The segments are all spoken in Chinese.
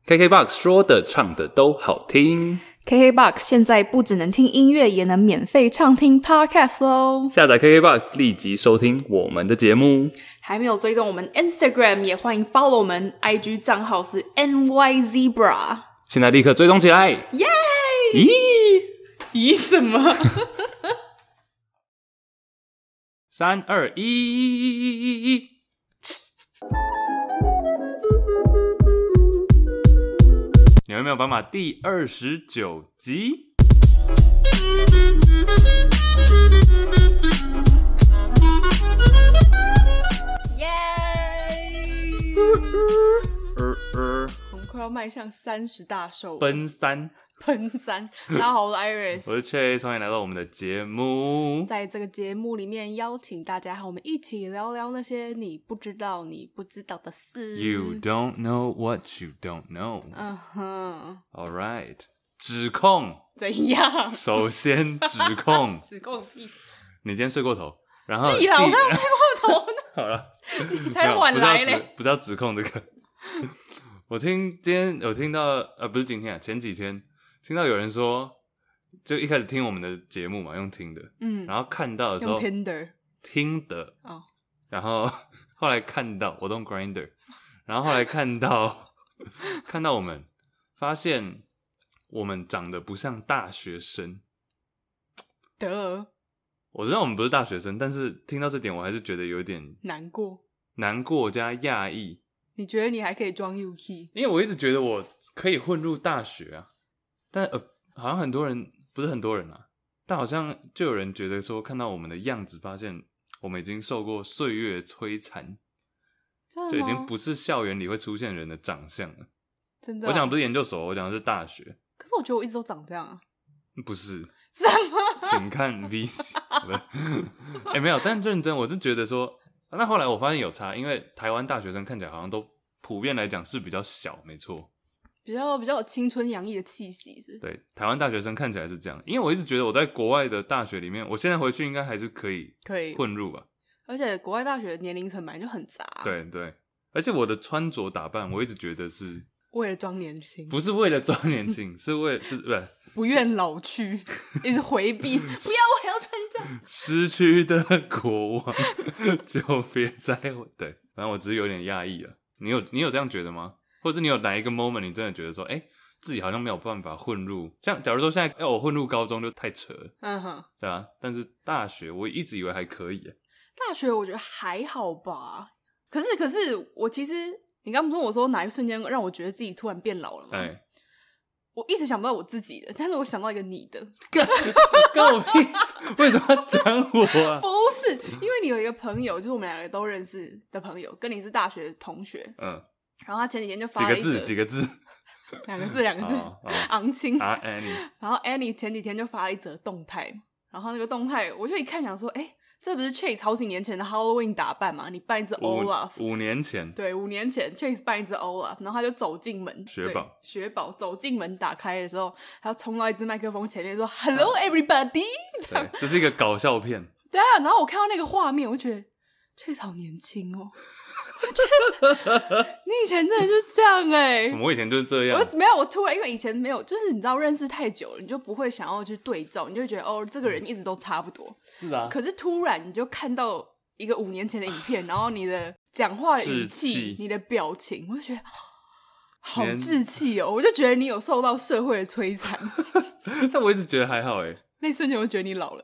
KKBOX 说的唱的都好听。 KKBOX 现在不只能听音乐，也能免费畅听 Podcast 咯。 下载 KKBOX 立即收听我们的节目。 还没有追踪我们 Instagram 也欢迎 follow 我们 IG 账号是 NYZebra。 现在立刻追踪起来！ 耶！ 咦什么 ？3、2、1。你有没有办法第29集？ 耶！我们快要迈向30大寿了， 奔三。 大家好，我是 Iris， 我是 Chase， 欢迎来到我们的节目。 在这个节目里面，邀请大家和我们一起聊聊那些你不知道的事。 You don't know what you don't know. All right. 指控怎样？ 首先指控指控屁！ 你今天睡过头，然后屁啦！我哪有睡过头呢？ 好了， 你才晚来嘞！ 不是要指控这个。我今天有听到，不是今天啊，前几天听到有人说，就一开始听我们的节目嘛，用听的，然后看到的时候用 Tinder 听的，然后后来看到我用 Grindr， 然后后来看到我们发现我们长得不像大学生。我知道我们不是大学生，但是听到这点我还是觉得有点难过加讶异。 你觉得你还可以装 UK？ 因为我一直觉得我可以混入大学啊，但好像很多人，不是很多人啊，但好像就有人觉得说看到我们的样子发现我们已经受过岁月摧残，就已经不是校园里会出现人的长相了。 真的？ 我讲的不是研究所，我讲的是大学。 可是我觉得我一直都长这样啊。 不是。 什么？ 请看 VC。没有，但认真我是觉得说，那后来我发现有差，因为台湾大学生看起来好像都普遍来讲是比较小，没错， 比较有青春洋溢的气息是。 对，台湾大学生看起来是这样，因为我一直觉得我在国外的大学里面，我现在回去应该还是可以混入吧。 而且国外大学的年龄层本来就很杂。 对对，而且我的穿着打扮，我一直觉得是为了装年轻， 不是为了装年轻，是为了就是不愿老去，一直回避，不要，我还要穿这样。 失去的国王就别再对，反正我只是有点讶异了。你有这样觉得吗？或者是你有哪一个 moment 你真的觉得说，自己好像没有办法混入？像假如说现在要我混入高中就太扯了，对啊。但是大学我一直以为还可以。 大学我觉得还好吧。可是我其实你刚不是我说哪一个瞬间让我觉得自己突然变老了吗？我一直想不到我自己的，但是我想到一个你的。 跟我屁事？为什么要讲我啊？ 不是，因为你有一个朋友，就是我们两个都认识的朋友，跟你是大学同学。然后他前几天就发了一则几个字两个字昂青 Annie。 然后 Annie 前几天就发了一则动态，然后那个动态我就一看想说，这不是 Chase 好几年前的 Halloween 打扮吗？你扮一只 Olaf。 5年前。 对，5年前 Chase 扮一只 Olaf， 然后他就走进门，雪宝走进门打开的时候，他就冲到一只麦克风前面说 Hello everybody。 对，这是一个搞笑片。 对啊，然后我看到那个画面，我就觉得 Chase 好年轻哦。我觉得你以前真的就是这样什么？我以前就是这样？ 没有，我突然因为以前没有，就是你知道认识太久了，你就不会想要去对照，你就会觉得这个人一直都差不多。 是啊。 可是突然你就看到一个5年前的影片，然后你的讲话的语气、你的表情，我就觉得好稚气哦！我就觉得你有受到社会的摧残。 但我一直觉得还好那一瞬间我就觉得你老了。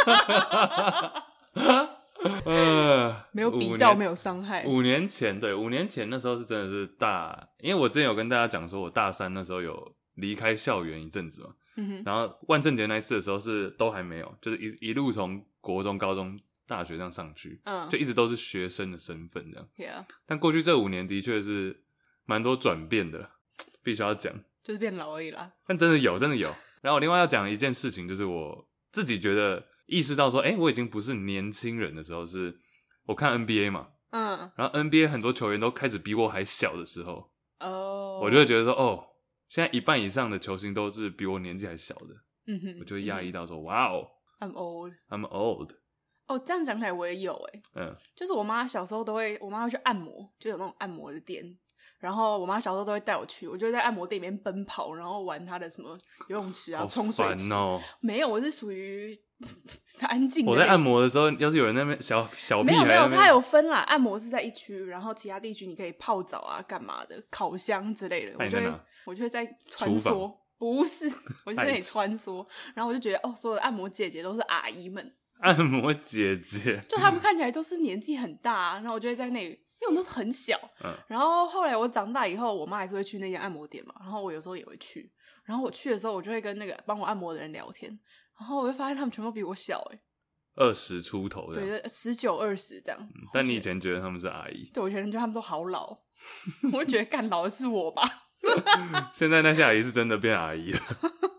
没有比较，没有伤害。 5年前，对，5年前那时候是真的是因为我之前有跟大家讲说，我大3那时候有离开校园一阵子嘛，然后万圣节那一次的时候是都还没有，就是一路从国中、高中、大学这样上去，就一直都是学生的身份这样。但过去这5年的确是蛮多转变的，必须要讲， 就是变老而已啦。 但真的有。然后我另外要讲一件事情，就是我自己觉得意识到说，我已经不是年轻人的时候，是我看 NBA 嘛，然后 NBA 很多球员都开始比我还小的时候，我就会觉得说，现在1半以上的球星都是比我年纪还小的，我就会讶异到说，哇哦 ，I'm old。这样讲起来我也有就是我妈小时候我妈会去按摩，就有那种按摩的店， 然后我妈小时候都会带我去，我就在按摩店里面奔跑，然后玩她的什么游泳池啊、冲水池。没有，我是属于安静的。 我在按摩的时候，要是有人在那边小屁孩， 没有，它有分啦。按摩是在一区，然后其他地区你可以泡澡啊、干嘛的、烤箱之类的。我就会在穿梭，不是，我就在那里穿梭。然后我就觉得所有的按摩姐姐都是阿姨们。 按摩姐姐， 就他们看起来都是年纪很大啊，然后我就会在那里，因为我那时候很小，然后后来我长大以后，我妈还是会去那间按摩店嘛，然后我有时候也会去，然后我去的时候，我就会跟那个帮我按摩的人聊天，然后我会发现他们全部比我小 20出头的， 对，19、20这样。 但你以前觉得他们是阿姨？ 对，我以前觉得他们都好老，我就觉得干老的是我吧。 现在那些阿姨是真的变阿姨了。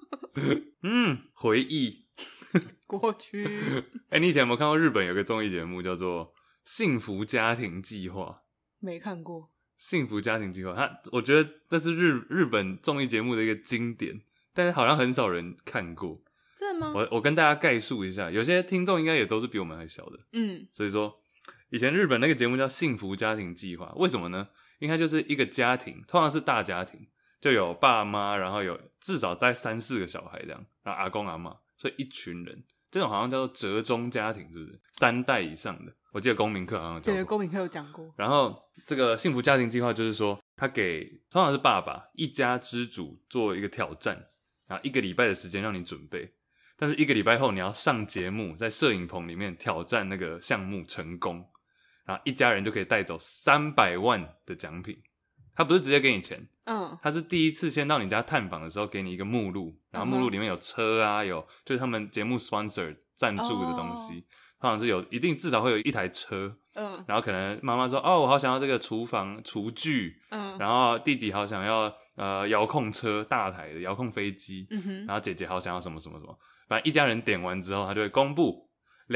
回忆。 过去。 你以前有没有看过日本有个综艺节目叫做《幸福家庭计划》？ 没看过。 幸福家庭计划，我觉得这是日本综艺节目的一个经典，但是好像很少人看过。 真的吗？ 我跟大家概述一下，有些听众应该也都是比我们还小的。所以说以前日本那个节目叫《幸福家庭计划》，为什么呢？因为它就是一个家庭，通常是大家庭，就有爸妈，然后有至少在3-4个小孩这样，然后阿公阿嬷，所以一群人。这种好像叫做折中家庭，是不是？3代以上的，我记得公民课好像有教过。 对，公民课有讲过。 然后这个幸福家庭计划就是说，他给通常是爸爸一家之主做一个挑战，然后1个礼拜的时间让你准备，但是1个礼拜后你要上节目，在摄影棚里面挑战那个项目成功，然后一家人就可以带走300万的奖品。他不是直接给你钱，他是第一次先到你家探访的时候给你一个目录，然后目录里面有车啊，有就是他们节目 sponsor 赞助的东西，通常是有一定至少会有一台车，然后可能妈妈说我好想要这个厨房厨具，然后弟弟好想要遥控车大台的遥控飞机，然后姐姐好想要什么什么什么，反正一家人点完之后他就会公布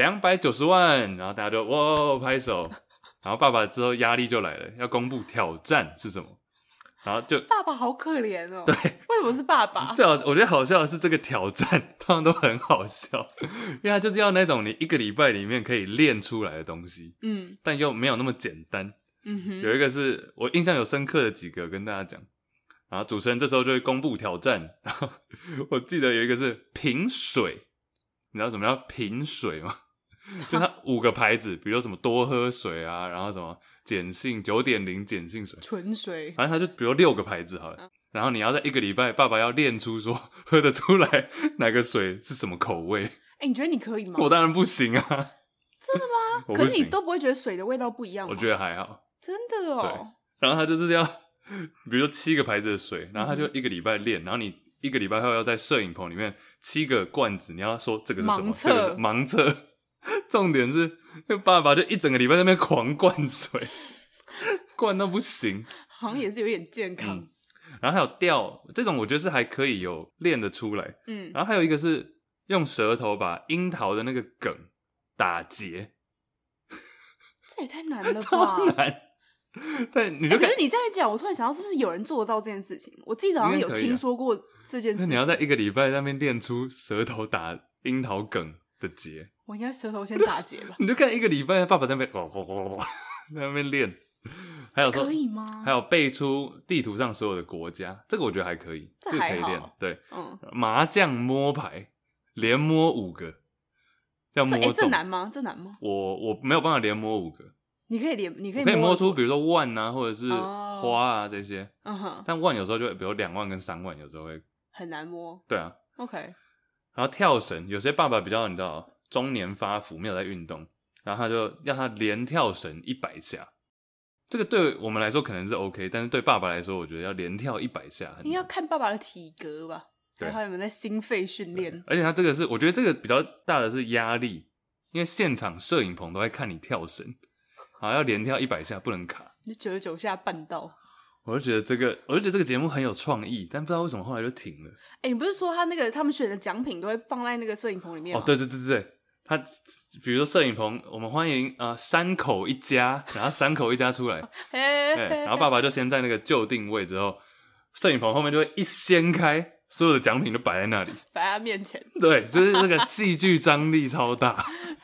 290万，然后大家就哇拍手。然后爸爸之后压力就来了，要公布挑战是什么，然后就爸爸好可怜哦。 对， 为什么是爸爸？ 最好我觉得好笑的是这个挑战通常都很好笑，因为他就是要那种你1个礼拜里面可以练出来的东西，但又没有那么简单。有一个是我印象有深刻的几个跟大家讲，然后主持人这时候就会公布挑战，然后我记得有一个是品水，你知道什么叫品水吗？就它5个牌子，比如说什么多喝水啊，然后什么碱性 9.0 碱性水、 纯水， 反正它就比如6个牌子好了，然后你要在1个礼拜，爸爸要练出说喝得出来哪个水是什么口味。 你觉得你可以吗？ 我当然不行啊。 真的吗？可是你都不会觉得水的味道不一样吗？ 我觉得还好。 真的哦。 对，然后他就是要比如说7个牌子的水，然后他就1个礼拜练，然后你1个礼拜后要在摄影棚里面7个罐子，你要说这个是什么？这个是盲测。重点是爸爸就一整个礼拜在那边狂灌水，灌到不行， 好像也是有点健康。 然后还有吊这种，我觉得是还可以有练得出来。然后还有一个是用舌头把樱桃的那个梗打结， 这也太难了吧？ 超难。但你就可是你这样一讲，我突然想到，是不是有人做得到这件事情？我记得好像有听说过这件事情。 那你要在1个礼拜在那边练出舌头打樱桃梗的结， 我应该舌头先打结吧。 你就看1个礼拜，爸爸在那边在那边练，还有说可以吗？ 还有背出地图上所有的国家，这个我觉得还可以，这个可以练。对，麻将摸牌，连摸5个，要摸中。 这难吗？这难吗？ 我没有办法连摸5个。 你可以摸出，比如说万啊，或者是花啊这些。但万有时候就比如2万跟3万，有时候会很难摸。 对啊。 OK。 然后跳绳，有些爸爸比较你知道中年发福，没有在运动，然后他就要他连跳绳100下。这个对我们来说可能是 OK， 但是对爸爸来说，我觉得要连跳100下， 应该要看爸爸的体格吧，对，还有没有在心肺训练。 而且他这个是，我觉得这个比较大的是压力，因为现场摄影棚都在看你跳绳，好要连跳100下，不能卡。 你99下办到。 我就觉得这个节目很有创意，但不知道为什么后来就停了。 你不是说他们选的奖品都会放在那个摄影棚里面吗？ 对，他比如说摄影棚，我们欢迎山口一家，然后山口一家出来，然后爸爸就先在那个就定位之后，摄影棚后面就会一掀开，所有的奖品都摆在那里， 摆在他面前。 对，就是那个戏剧张力超大，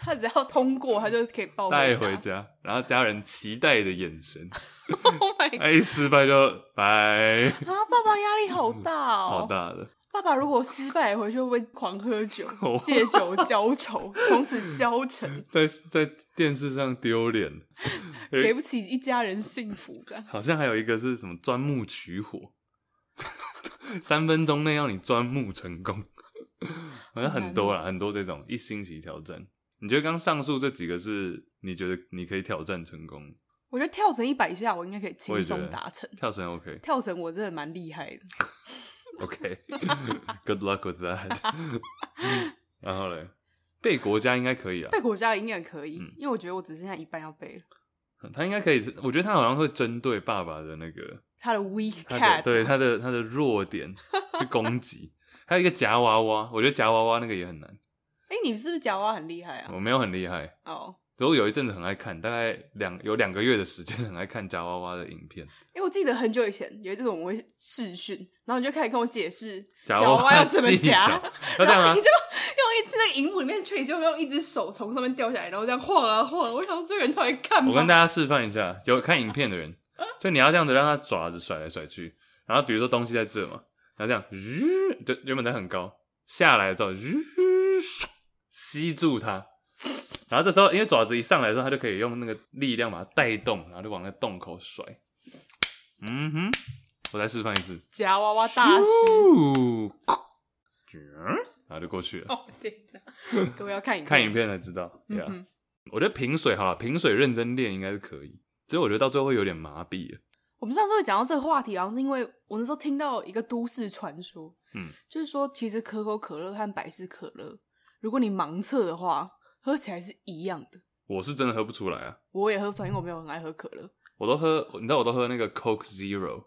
他只要通过，他就可以抱带回家，然后家人期待的眼神。 Oh my god！ 失败就拜。 爸爸压力好大哦， 好大的。 爸爸如果失败回去会不会狂喝酒，借酒浇愁，从此消沉？ 在电视上丢脸， 给不起一家人幸福这样。 好像还有一个是什么钻木取火，3分钟内要你钻木成功，好像很多啦，很多这种1星期挑战。你觉得刚上述这几个是你觉得你可以挑战成功？ 我觉得跳绳100下我应该可以轻松达成。 跳绳 OK， 跳绳我真的蛮厉害的。 OK，Good luck with that 。然后嘞，背国家应该可以啊， 背国家应该可以，因为我觉得我只剩下一半要背了。 他应该可以，我觉得他好像会针对爸爸的那个他的 weak cat， 对他的弱点去攻击。还有一个夹娃娃，我觉得夹娃娃那个也很难。 你是不是夹娃娃很厉害啊？ 我没有很厉害哦。所以我有一阵子很爱看，大概有2个月的时间很爱看夹娃娃的影片。 我记得很久以前有一阵我会视讯，然后你就开始跟我解释夹娃娃要怎么夹， 然后你就用一只那个荧幕里面吹，就用一只手从上面掉下来，然后这样晃啊晃。我想说这个人到底干嘛？ 我跟大家示范一下，有看影片的人，就你要这样子让他爪子甩来甩去，然后比如说东西在这嘛，然后这样，就原本在很高，下来之后，吸住它。然后这时候，因为爪子一上来的时候，他就可以用那个力量把它带动，然后就往那洞口甩。我再示范一次， 夹娃娃大师， 然后就过去了。 天哪，各位要看影片， 看影片才知道。我觉得平水好了，平水认真练应该是可以，只是我觉得到最后会有点麻痹了。 我们上次会讲到这个话题，好像是因为我那时候听到一个都市传说，就是说其实可口可乐和百事可乐，如果你盲测的话，喝起来是一样的。 我是真的喝不出来啊， 我也喝不出来，因为我没有很爱喝可乐。 我都喝，你知道我都喝那个 Coke Zero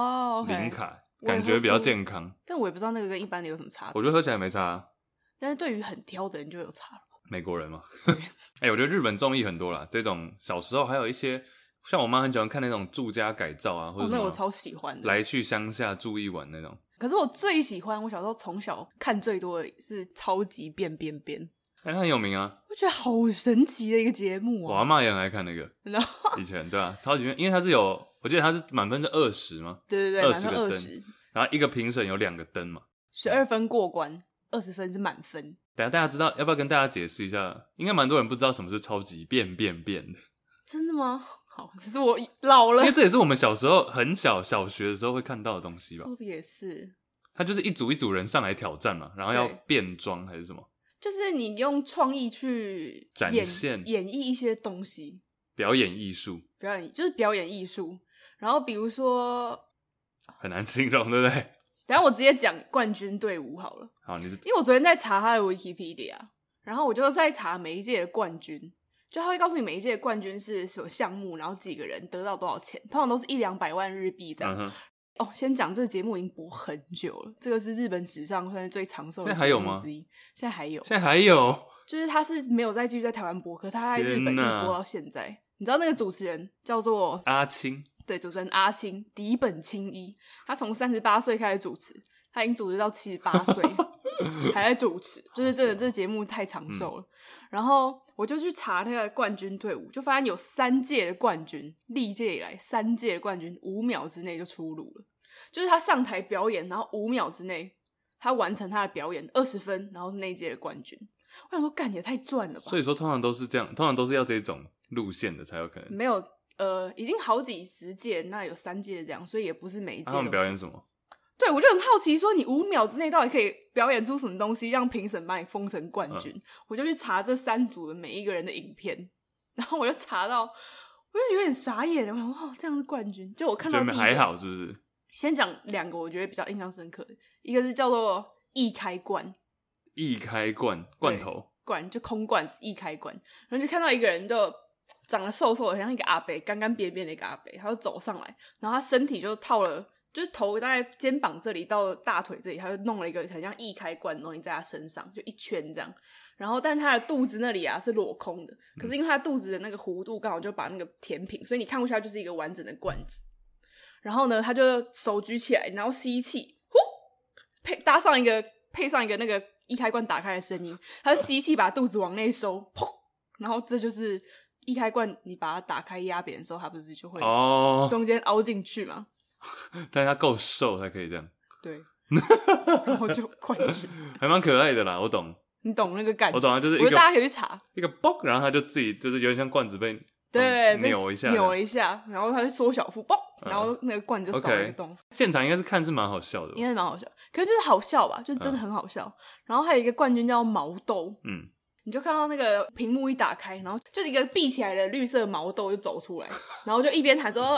0 卡，感觉比较健康。 但我也不知道那个跟一般的有什么差别。 我觉得喝起来没差啊， 但是对于很挑的人就有差了。 美国人嘛，我觉得日本综艺很多啦，这种小时候还有一些，像我妈很喜欢看那种住家改造啊，或者那我超喜欢的， 来去乡下住一晚那种。 可是我最喜欢，我小时候从小看最多的是超级变变变。 他很有名啊， 我觉得好神奇的一个节目啊！ 我阿嬷也很爱看那个，以前对啊，超级变，因为它是有，我记得它是满分是20嘛， 对 ，20个灯，然后一个评审有2个灯嘛 ，12分过关，20分是满分。 等一下大家知道，要不要跟大家解释一下？应该蛮多人不知道什么是超级变变变的。 真的吗？好，可是我老了， 因为这也是我们小时候很小学的时候会看到的东西吧？ 说的也是， 它就是一组一组人上来挑战嘛，然后要变装还是什么？ 就是你用创意去展现、 演绎一些东西， 表演艺术， 就是表演艺术。然后比如说， 很难形容，对不对？ 等一下我直接讲冠军队伍好了。 好，因为我昨天在查他的 Wikipedia， 然后我就在查每一届的冠军，就他会告诉你每一届的冠军是什么项目，然后几个人得到多少钱，通常都是100-200万日币这样。先讲这个节目已经播很久了，这个是日本史上算是最长寿的节目之一。现在还有？现在还有？就是他是没有再继续在台湾播，可是他在日本一直播到现在。你知道那个主持人叫做阿青？ 对，主持人阿青，荻本清一。他从38岁开始主持，他已经主持到78岁，还在主持，就是真的这个节目太长寿了。然后我就去查那个冠军队伍，就发现有3届的冠军，历届以来3届的冠军5秒之内就出炉了。就是他上台表演，然后5秒之内他完成他的表演20分，然后是那一届的冠军。我想说干也太赚了吧。 所以说通常都是这样，通常都是要这种路线的才有可能。 没有已经好几十届，那有3届这样，所以也不是每一届都是。 他们表演什么？ 对，我就很好奇说你5秒之内到底可以表演出什么东西让评审把你封成冠军。我就去查这3组的每一个人的影片，然后我就查到我就有点傻眼了，我想说这样是冠军。就我看到第一个还好是不是？ 先讲2个我觉得比较印象深刻的，一个是叫做易开罐， 易开罐罐头罐就空罐子易开罐，然后就看到一个人就长得瘦瘦的，像一个阿伯，干干扁扁的一个阿伯，他就走上来，然后他身体就套了，就是头大概肩膀这里到大腿这里，他就弄了一个很像易开罐的东西在他身上，就一圈这样。然后但他的肚子那里啊是裸空的，可是因为他肚子的那个弧度刚好就把那个填平，所以你看过去它就是一个完整的罐子。然后呢他就手举起来，然后吸气，呼，配上一个那个易开罐打开的声音，他就吸气把肚子往内收，砰， 然后这就是一开罐，你把它打开压扁的时候，它不是就会中间凹进去吗？ 但是它够瘦才可以这样。 对，然后就冠军， 还蛮可爱的啦，我懂。 你懂那个感觉？ 我懂啊，就是我觉得大家可以去查一个嘣，然后它就自己就是有点像罐子被对扭一下， 然后它就缩小腹，嘣，然后那个罐就少了一个洞。 现场应该是看是蛮好笑的， 应该是蛮好笑，可是就是好笑吧，就是真的很好笑。然后还有一个冠军叫毛豆，你就看到那个屏幕一打开，然后就是一个闭起来的绿色毛豆就走出来，然后就一边喊说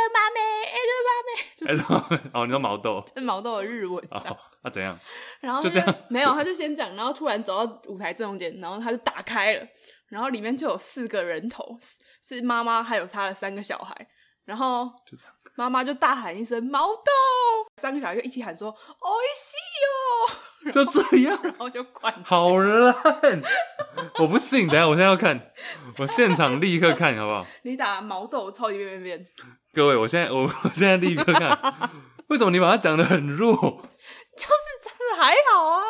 “艾德妈妹”， 哦，你说毛豆， 是毛豆的日文。 怎样？ 然后就这样，没有，他就先讲，然后突然走到舞台正中间，然后他就打开了，然后里面就有4个人头，是妈妈还有他的3个小孩，然后妈妈就大喊一声“毛豆”，3个小孩就一起喊说“おいしいよ”， 就这样， 然后就关。 好烂，我不信，等一下我现在要看，我现场立刻看好不好？ 你打毛豆超级变变变， 各位，我现在立刻看，为什么你把它讲得很弱？ 就是真的还好啊。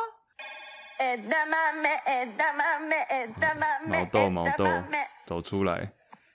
毛豆走出来，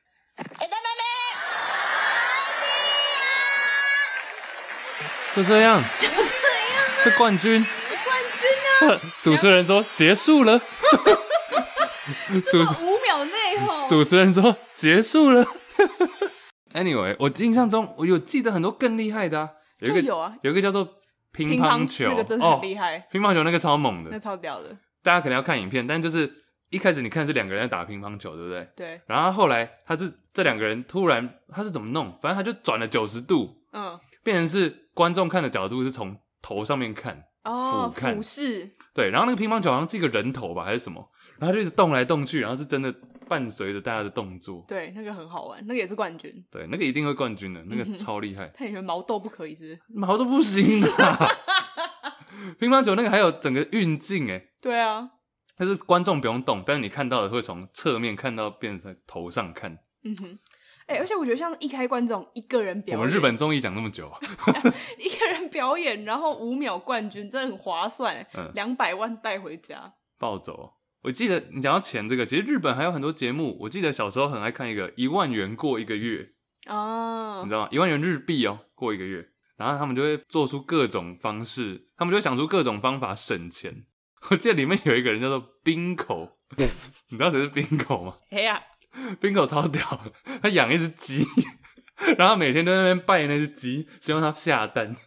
就这样，是冠军啊！主持人说结束了， 这么5秒内吼， 主持人说结束了。Anyway， 我印象中我有记得很多更厉害的啊，有一个叫做乒乓球， 那个真的很厉害， 乒乓球那个超猛的， 那超屌的。 大家可能要看影片，但就是一开始你看是2个人在打乒乓球，对不对？ 对。然后后来他是这2个人突然他是怎么弄？反正他就转了90度，变成是观众看的角度是从头上面看，俯视。对，然后那个乒乓球好像是一个人头吧，还是什么？然后就一直动来动去，然后是真的伴随着大家的动作。 对，那个很好玩，那个也是冠军。 对，那个一定会冠军的，那个超厉害。 但你觉得毛豆不可以是？ 毛豆不行啊！乒乓球那个还有整个运镜哎。 对啊， 但是观众不用动，但是你看到的会从侧面看到变成头上看。 而且我觉得像一开关这种一个人表演， 我们日本综艺讲那么久， 一个人表演，然后5秒冠军，真的很划算，200万带回家， 暴走。我记得你讲到钱这个，其实日本还有很多节目，我记得小时候很爱看一个1万元过1个月你知道吗？1万元日币过1个月，然后他们就会做出各种方式，他们就会想出各种方法省钱。我记得里面有一个人叫做冰口，你知道谁是冰口吗？ 谁呀？ 冰口超屌，他养一只鸡，然后每天都在那边拜那只鸡，希望它下蛋。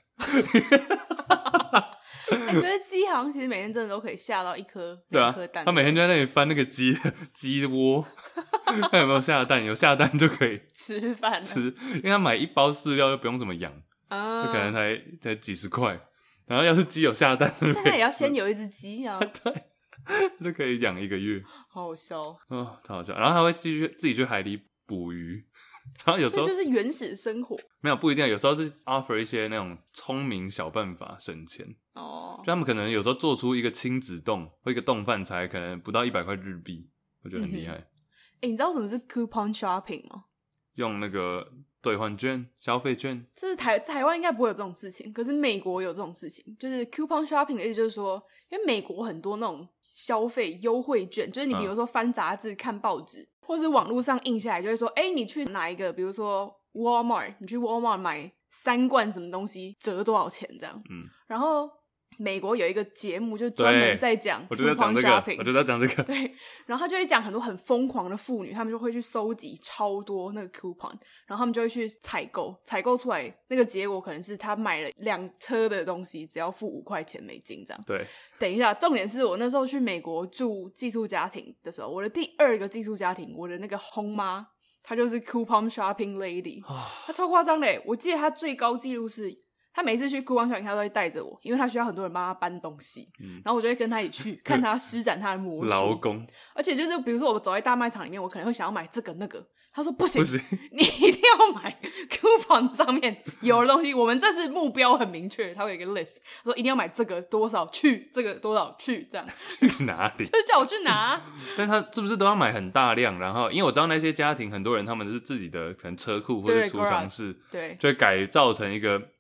可是鸡好像其实每天真的都可以下到1颗2颗蛋。 他每天就在那里翻那个鸡窝，看有没有下蛋，有下蛋就可以吃饭吃，因为他买1包饲料又不用怎么养，就可能才几十块。然后要是鸡有下蛋， 但他也要先有一只鸡啊， 对，就可以养1个月， 好好笑超好笑。然后他会自己去海里捕鱼，然后有时候就是原始生活， 没有不一定，有时候是 offer 一些那种聪明小办法省钱就他们可能有时候做出一个亲子冻或一个冻饭才可能不到100块日币，我觉得很厉害。 你知道什么是 coupon shopping 吗？ 用那个兑换券、消费券， 这是台湾应该不会有这种事情，可是美国有这种事情，就是 coupon shopping 的意思就是说，因为美国很多那种消费优惠券，就是你比如说翻杂志、看报纸，或是网络上印下来，就会说，你去哪一个，比如说 Walmart， 你去 Walmart 买3罐什么东西折多少钱这样，然后美国有一个节目就专门在讲 coupon shopping， 我就在讲这个， 对，然后他就会讲很多很疯狂的妇女，他们就会去收集超多那个 coupon， 然后他们就会去采购出来那个结果可能是他买了2车的东西，只要付$5美金这样。 对， 等一下，重点是我那时候去美国住寄宿家庭的时候，我的第2个寄宿家庭，我的那个轰妈，她就是 coupon shopping lady，她超夸张的，我记得她最高纪录是。他每次去coupon shopping，他都会带着我，因为他需要很多人帮他搬东西，然后我就会跟他一起去看他施展他的魔术。 劳工， 而且就是比如说我走在大卖场里面，我可能会想要买这个那个，他说不行，你一定要买 coupon 上面有的东西。我们这次目标很明确，他会有一个 list， 他说一定要买这个多少去，这个多少去，这样去哪里？ 就是叫我去拿。 但他是不是都要买很大量？然后因为我知道那些家庭很多人他们是自己的可能车库或者储藏室， 对， 就会改造成一个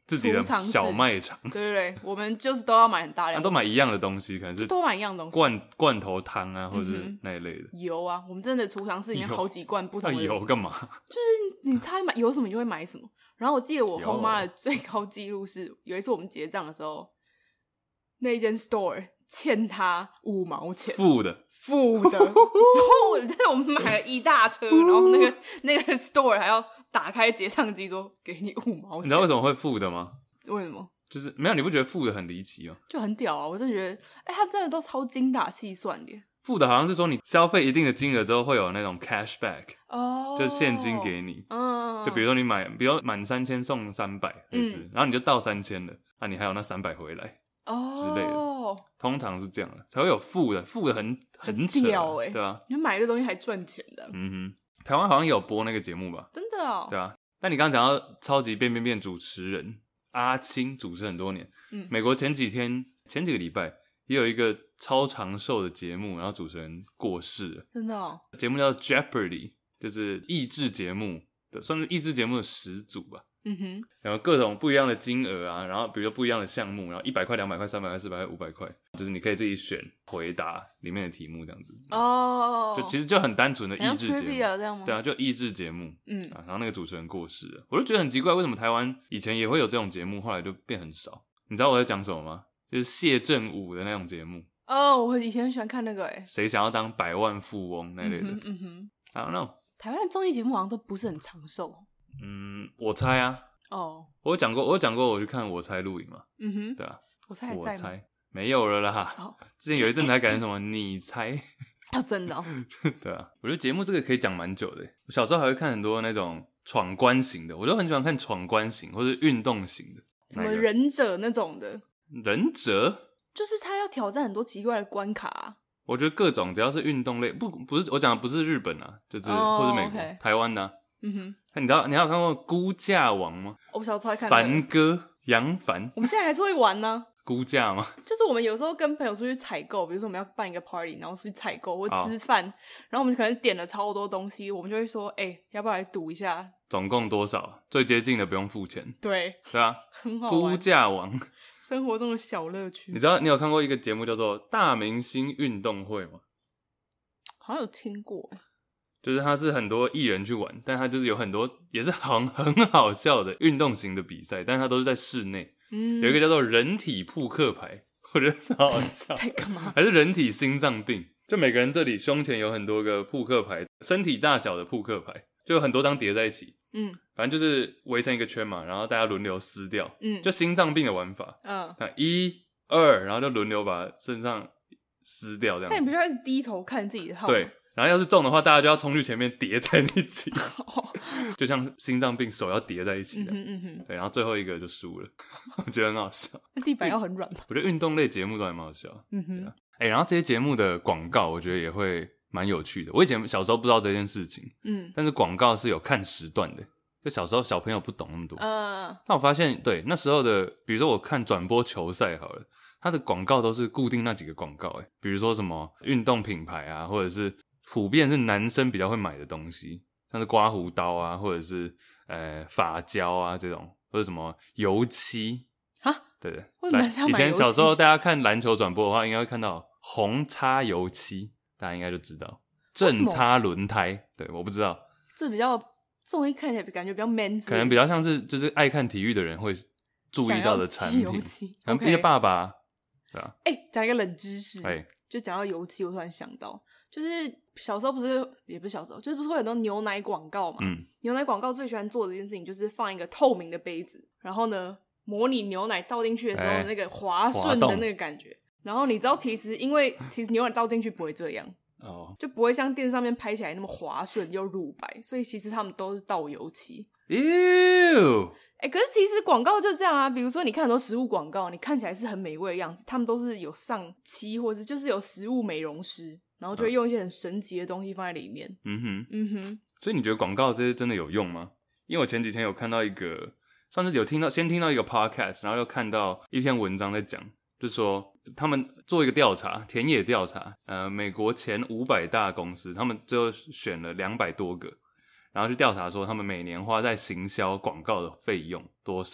自己的小卖场。 对对对，我们就是都要买很大量， 都买一样的东西，可能是都买一样东西， 罐头汤啊，或者是那一类的。 油啊，我们真的储藏室里面好几罐不同的油干嘛？ 就是他买有什么你就会买什么。然后我记得我后妈的最高纪录是有一次我们结账的时候，那一间 store 欠他5毛钱， 付的， 就是我们买了一大车，然后那个 store 还要打开结账机说给你5毛钱。 你知道为什么会付的吗？ 为什么？ 就是没有，你不觉得付的很离奇吗？ 就很屌啊！我真的觉得，他真的都超精打细算的。 付的好像是说你消费一定的金额之后会有那种 cashback， 就是现金给你。就比如说你比如满3000送300，然后你就到3000了，那你还有那300回来之类的。通常是这样的，才会有付的很扯，对啊， 你买一个东西还赚钱的。 台湾好像有播那个节目吧？ 真的哦。 对啊，但你刚刚讲到超级变变变主持人阿青主持很多年，美国前几个礼拜也有一个超长寿的节目，然后主持人过世了。 真的哦。节目叫 Jeopardy， 就是益智节目的，算是益智节目的始祖吧。然后各种不一样的金额啊，然后比如说不一样的项目，然后100块、200块、300块、400块、500块，就是你可以自己选回答里面的题目这样子。就其实就很单纯的益智节目， 这样吗？ 对啊，就益智节目。然后那个主持人过世了，我就觉得很奇怪，为什么台湾以前也会有这种节目，后来就变很少？你知道我在讲什么吗？就是谢震武的那种节目。 我以前很喜欢看那个谁想要当百万富翁那类的。I don't know。 台湾的综艺节目好像都不是很长寿。 我猜啊。我有讲过我去看我猜录影嘛。对啊。 我猜还在吗？ 我猜没有了啦。之前有一阵子还改成什么你猜。 真的哦。 对啊，我觉得节目这个可以讲蛮久的。我小时候还会看很多那种闯关型的，我就很喜欢看闯关型或者运动型的。 什么忍者那种的。 忍者就是他要挑战很多奇怪的关卡。 我觉得各种只要是运动类，不是我讲的不是日本啊，就是或是美国、台湾的。你还有看过估价王吗？ 我小时候还看凡哥杨凡。 我们现在还是会玩呢。 估价吗？ 就是我们有时候跟朋友出去采购，比如说我们要办一个 party， 然后出去采购或吃饭，然后我们可能点了超多东西，我们就会说，要不要来赌一下？ 总共多少？最接近的不用付钱。 对啊， 很好玩。 估价王， 生活中的小乐趣。 你知道你有看过一个节目叫做《大明星运动会》吗？ 好像有听过。 就是他是很多艺人去玩，但他就是有很多也是很好笑的运动型的比赛，但他都是在室内。有一个叫做人体扑克牌，我觉得超好笑。 在干嘛？ 还是人体心脏病？就每个人这里胸前有很多个扑克牌，身体大小的扑克牌，就有很多张叠在一起。反正就是围成一个圈嘛，然后大家轮流撕掉。就心脏病的玩法。1、2，然后就轮流把身上撕掉这样子。 但你不需要一直低头看自己的号码。 对。然后要是中的话，大家就要冲去前面叠在一起，就像心脏病手要叠在一起的。对，然后最后一个就输了，我觉得很好笑。 那地板要很软吧？ 我觉得运动类节目都还蛮好笑。然后这些节目的广告，我觉得也会蛮有趣的。我以前小时候不知道这件事情，但是广告是有看时段的。就小时候小朋友不懂那么多，但我发现，对那时候的，比如说我看转播球赛好了，它的广告都是固定那几个广告，比如说什么运动品牌啊，或者是普遍是男生比较会买的东西，像是刮胡刀啊，或者是发胶啊这种，或者什么油漆啊， 对对。 以前小时候大家看篮球转播的话，应该会看到红擦油漆，大家应该就知道。正擦轮胎，对，我不知道。 这比较这东西看起来感觉比较 man， 可能比较像是就是爱看体育的人会注意到的产品，可能一些爸爸，对啊。 讲一个冷知识，就讲到油漆，我突然想到。就是小时候也不是小时候，就是不是会有很多牛奶广告嘛？牛奶广告最喜欢做的一件事情就是放一个透明的杯子，然后呢，模拟牛奶倒进去的时候那个滑顺的那个感觉。然后你知道，其实牛奶倒进去不会这样，就不会像电视上面拍起来那么滑顺又乳白，所以其实他们都是倒油漆。可是其实广告就这样啊，比如说你看很多食物广告，你看起来是很美味的样子，他们都是有上漆，或是就是有食物美容师。然后就会用一些很神奇的东西放在里面。 所以你觉得广告这些真的有用吗？因为我前几天有看到一个，算是先听到一个 podcast， 然后又看到一篇文章在讲，就是说他们做一个调查，田野调查，美国前500大公司，他们最后选了200多个，然后去调查说他们每年花在行销广告的费用多少。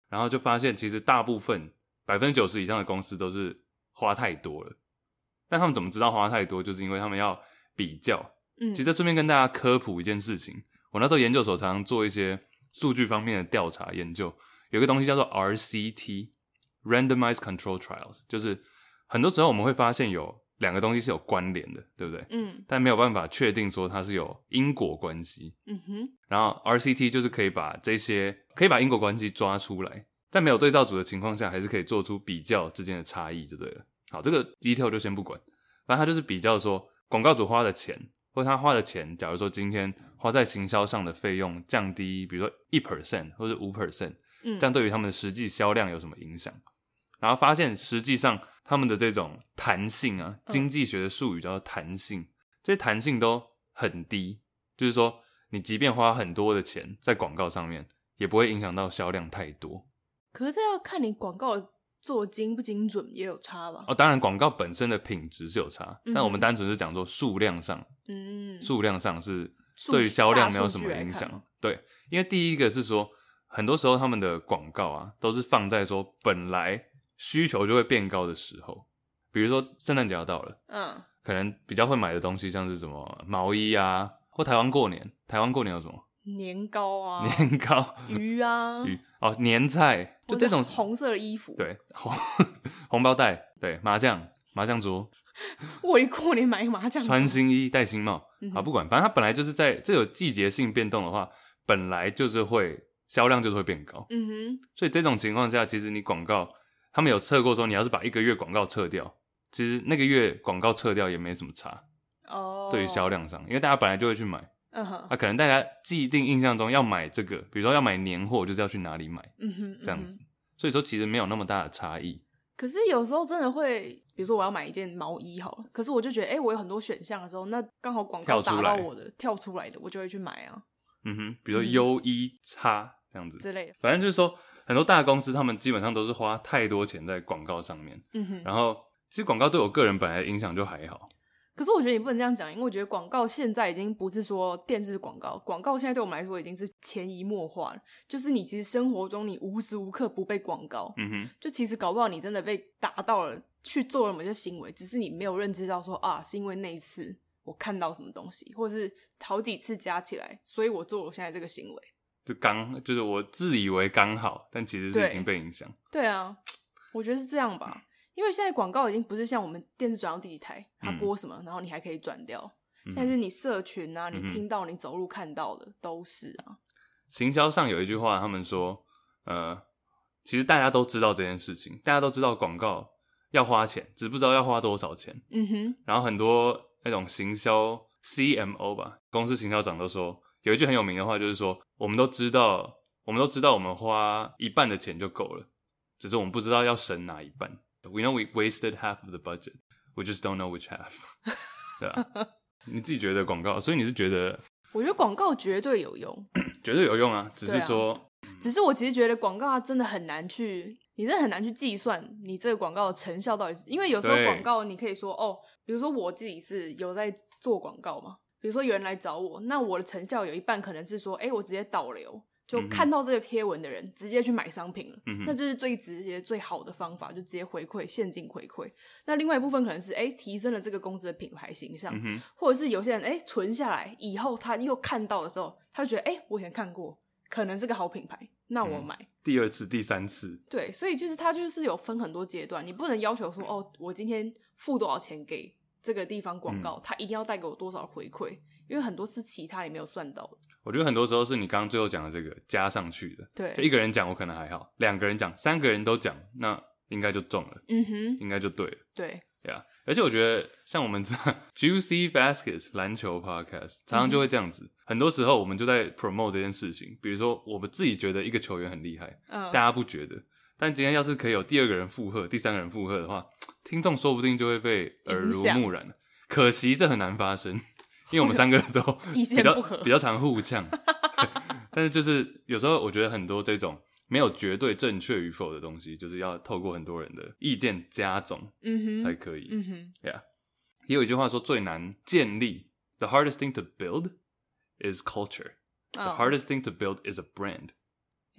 然后就发现其实大部分90%以上的公司都是花太多了。但他们怎么知道花太多？就是因为他们要比较。其实这顺便跟大家科普一件事情，我那时候研究所常常做一些数据方面的调查研究，有一个东西叫做 RCT Randomized Control Trials， 就是很多时候我们会发现有2个东西是有关联的，对不对？但没有办法确定说它是有因果关系。然后 RCT 就是可以把因果关系抓出来，在没有对照组的情况下，还是可以做出比较之间的差异就对了。好，这个 detail 就先不管，反正它就是比较说广告主花的钱，或者他花的钱，假如说今天花在行销上的费用降低，比如说 1% 或者 5%，这样对于他们的实际销量有什么影响？然后发现实际上他们的这种弹性啊，经济学的术语叫做弹性，这些弹性都很低，就是说你即便花很多的钱在广告上面，也不会影响到销量太多。 可是这要看你广告做精不精准也有差吧？ 当然广告本身的品质是有差，但我们单纯是讲说数量上，数量上是对于销量没有什么影响。对，因为第一个是说，很多时候他们的广告啊，都是放在说本来需求就会变高的时候，比如说圣诞节要到了，可能比较会买的东西像是什么毛衣啊，或台湾过年有什么？ 年糕啊， 年糕， 鱼啊， 年菜，就这种红色的衣服， 对，红包袋，对，麻将桌， 我一过年买个麻将桌， 穿新衣戴新帽，不管，反正它本来就是在这有季节性变动的话，本来就是会销量就是会变高，所以这种情况下，其实你广告他们有测过说，你要是把1个月广告撤掉，其实那个月广告撤掉也没什么差，对于销量上，因为大家本来就会去买。可能大家既定印象中要买这个，比如说要买年货，就是要去哪里买，这样子。所以说其实没有那么大的差异。 可是有时候真的会，比如说我要买一件毛衣好了，可是我就觉得，我有很多选项的时候，那刚好广告打到我的跳出来的，我就会去买啊。 比如说优衣叉这样子之类的。 反正就是说，很多大公司他们基本上都是花太多钱在广告上面。然后其实广告对我个人本来的影响就还好。 可是我觉得你不能这样讲，因为我觉得广告现在已经不是说电视广告，广告现在对我们来说已经是潜移默化了，就是你其实生活中你无时无刻不被广告，就其实搞不好你真的被打到了去做了某些行为，只是你没有认知到说是因为那一次我看到什么东西，或者是好几次加起来，所以我做了现在这个行为， 就是我自以为刚好，但其实是已经被影响。 对啊，我觉得是这样吧。因为现在广告已经不是像我们电视转到第几台，它播什么，然后你还可以转掉。现在是你社群啊，你听到、你走路看到的都是啊。 行销上有一句话，他们说，其实大家都知道这件事情，大家都知道广告要花钱，只不知道要花多少钱。然后很多那种行销 CMO 吧，公司行销长都说，有一句很有名的话，就是说，我们都知道我们花1半的钱就够了，只是我们不知道要省哪一半。We know we wasted half of the budget. We just don't know which half. 对啊，你自己觉得广告，所以你是觉得？ 我觉得广告绝对有用， 绝对有用啊！只是说， 只是我其实觉得广告它真的很难去，你真的很难去计算你这个广告的成效到底是，因为有时候广告你可以说比如说我自己是有在做广告嘛，比如说有人来找我，那我的成效有一半可能是说，我直接导流。就看到这个贴文的人直接去买商品了，那这是最直接最好的方法，就直接回馈，现金回馈。那另外一部分可能是提升了这个公司的品牌形象，或者是有些人存下来以后他又看到的时候，他就觉得我以前看过，可能是个好品牌，那我买第2次第3次。对， 所以就是它就是有分很多阶段，你不能要求说我今天付多少钱给这个地方广告，它一定要带给我多少回馈，因为很多是其他你没有算到的。 我觉得很多时候是你刚刚最后讲的这个加上去的， 对， 就1个人讲我可能还好，2个人讲，3个人都讲，那应该就中了，应该就对了， 对 ，yeah。而且我觉得像我们这 Juicy Baskets 篮球 podcast 常常就会这样子，很多时候我们就在 promote 这件事情，比如说我们自己觉得一个球员很厉害，大家不觉得，但今天要是可以有第2个人附和，第3个人附和的话，听众说不定就会被耳濡目染了。可惜这很难发生。因为我们3个都比较常互呛，但是就是有时候我觉得很多这种没有绝对正确与否的东西，就是要透过很多人的意见加总才可以。Yeah， 也有一句话说最难建立 ，The hardest thing to build is culture. The hardest thing to build is a brand.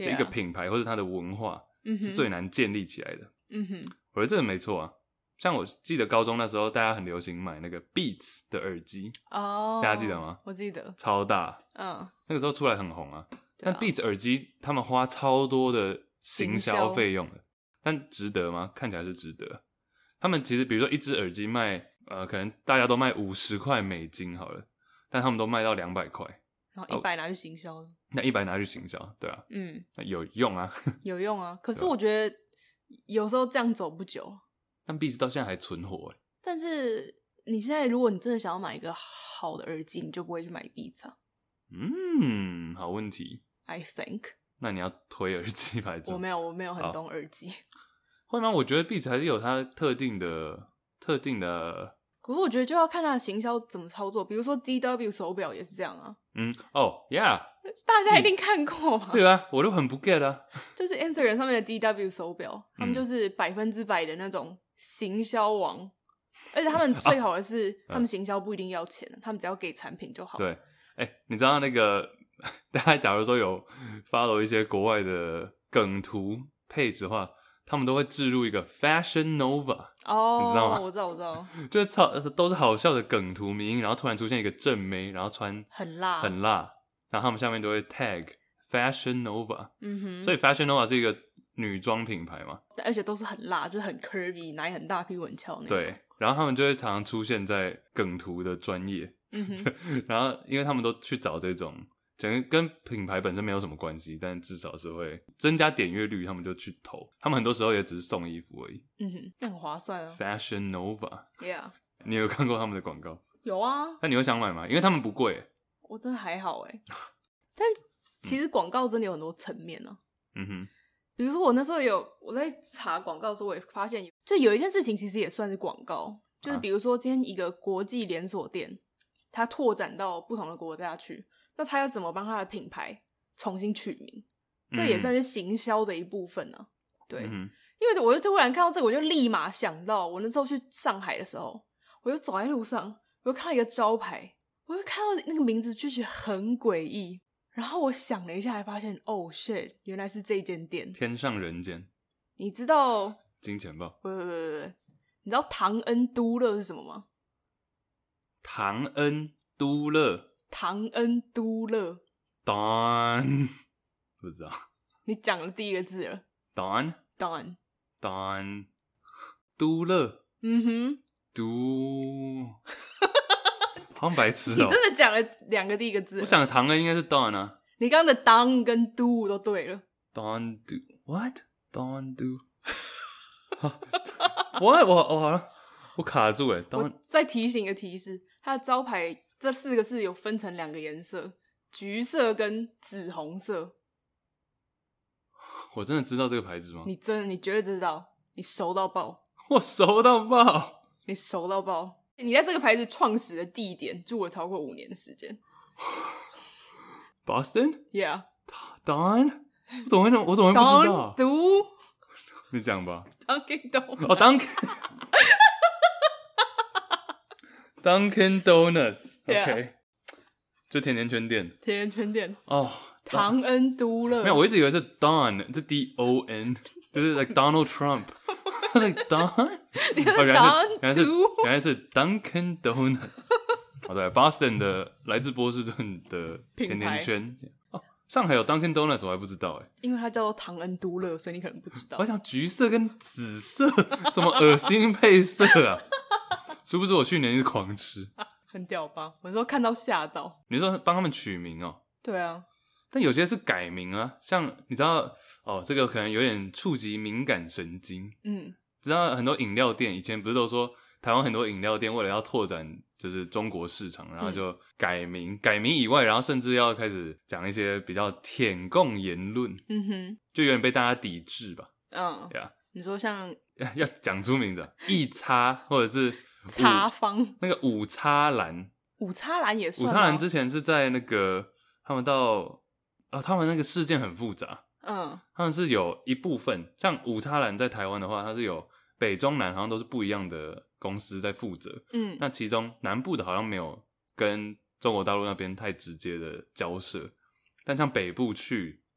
的一个品牌或者它的文化是最难建立起来的。我觉得这个没错啊。像我记得高中那时候，大家很流行买那个 Beats 的耳机，大家记得吗？ 我记得， 超大，那个时候出来很红啊。但 Beats 耳机他们花超多的行销费用的，但值得吗？看起来是值得。他们其实比如说一只耳机卖可能大家都卖50块美金好了，但他们都卖到200块， 然后100拿去行销， 那100拿去行销，对啊，有用啊， 有用啊。可是我觉得有时候这样走不久。 但 Beats 到现在还存活欸。 但是你现在如果你真的想要买一个好的耳机，你就不会去买 Beats 啊。 好问题。 I think。 那你要推耳机牌子？ 我没有很懂耳机。 会吗？我觉得 Beats 还是有它特定的。 可是我觉得就要看它的行销怎么操作，比如说 DW 手表也是这样啊。 yeah， 大家一定看过吧？ 对啊，我都很不 get 啊。 就是 Instagram 上面的 DW 手表，他们就是100%的那种行销王，而且他们最好的是，他们行销不一定要钱，他们只要给产品就好。 对，你知道那个大家假如说有 follow 一些国外的梗图page 的话，他们都会置入一个 Fashion Nova， 你知道吗？ 我知道， 就是都是好笑的梗图迷因，然后突然出现一个正妹，然后穿很辣，然后他们下面都会 tag Fashion Nova，所以 Fashion Nova 是一个女装品牌嘛， 而且都是很辣，就是很 curvy， 奶很大，屁股很翘那种。 对，然后他们就会常常出现在梗图的专页，然后因为他们都去找这种跟品牌本身没有什么关系，但至少是会增加点阅率，他们就去投。他们很多时候也只是送衣服而已。 那很划算啊。 Fashion Nova， yeah， 你有看过他们的广告？ 有啊。 那你会想买吗？因为他们不贵。 我真的还好但其实广告真的有很多层面啊。比如说我那时候我在查广告的时候，我也发现就有一件事情其实也算是广告，就是比如说今天一个国际连锁店，它拓展到不同的国家去，那他要怎么帮他的品牌重新取名？这也算是行销的一部分呢。对，因为我就突然看到这个，我就立马想到我那时候去上海的时候，我就走在路上，我就看到一个招牌，我就看到那个名字就觉得很诡异，然后我想了一下，才发现oh shit， 原来是这间店。 天上人间。 你知道金钱豹？ 不，你知道唐恩都乐是什么吗？ 唐恩都乐。Don 不知道。你讲了第一个字了。 Don 都乐。都好像白痴你真的讲了2个第一个字。 我想唐恩应该是 Don 啊。 你刚刚的 Don 跟 Do 都对了。 Don Do What Don Do What 我好像我卡住了。 我再提醒一个提示，它的招牌这4个字有分成2个颜色，橘色跟紫红色。 我真的知道这个牌子吗？ 你绝对知道，你熟到爆。 我熟到爆。 你熟到爆。你在这个牌子创始的地点住了超过5年的时间。 Boston？ Yeah。 Don？ 我怎么会不知道？ Don 你讲吧。 Dunkin Donuts。 哦Dunkin Donuts。OK。就甜甜圈店。哦。 唐恩都乐。 没有，我一直以为是 Don， 是 DON， 就是 like Donald Trump。like Don？ 原来是 Dunkin Donuts。哦，对 ，Boston 的来自波士顿的甜甜圈。哦，上海有 Dunkin Donuts， 我还不知道因为它叫做唐恩都乐，所以你可能不知道。 我想橘色跟紫色，什么恶心配色啊！殊不知我去年是狂吃。 很屌吧？我说看到吓到。 你说帮他们取名哦？ 对啊。 但有些是改名啊，像你知道这个可能有点触及敏感神经。知道很多饮料店以前不是都说台湾很多饮料店为了要拓展就是中国市场，然后就改名以外，然后甚至要开始讲一些比较舔共言论。就有点被大家抵制吧。对啊。 你说像要讲出名字，一叉或者是叉方那个五叉蓝也算。五叉蓝之前是在那个他们他们那个事件很复杂。他们是有一部分像五叉蓝在台湾的话，它是有北中南好像都是不一样的公司在负责。那其中南部的好像没有跟中国大陆那边太直接的交涉，但像北部去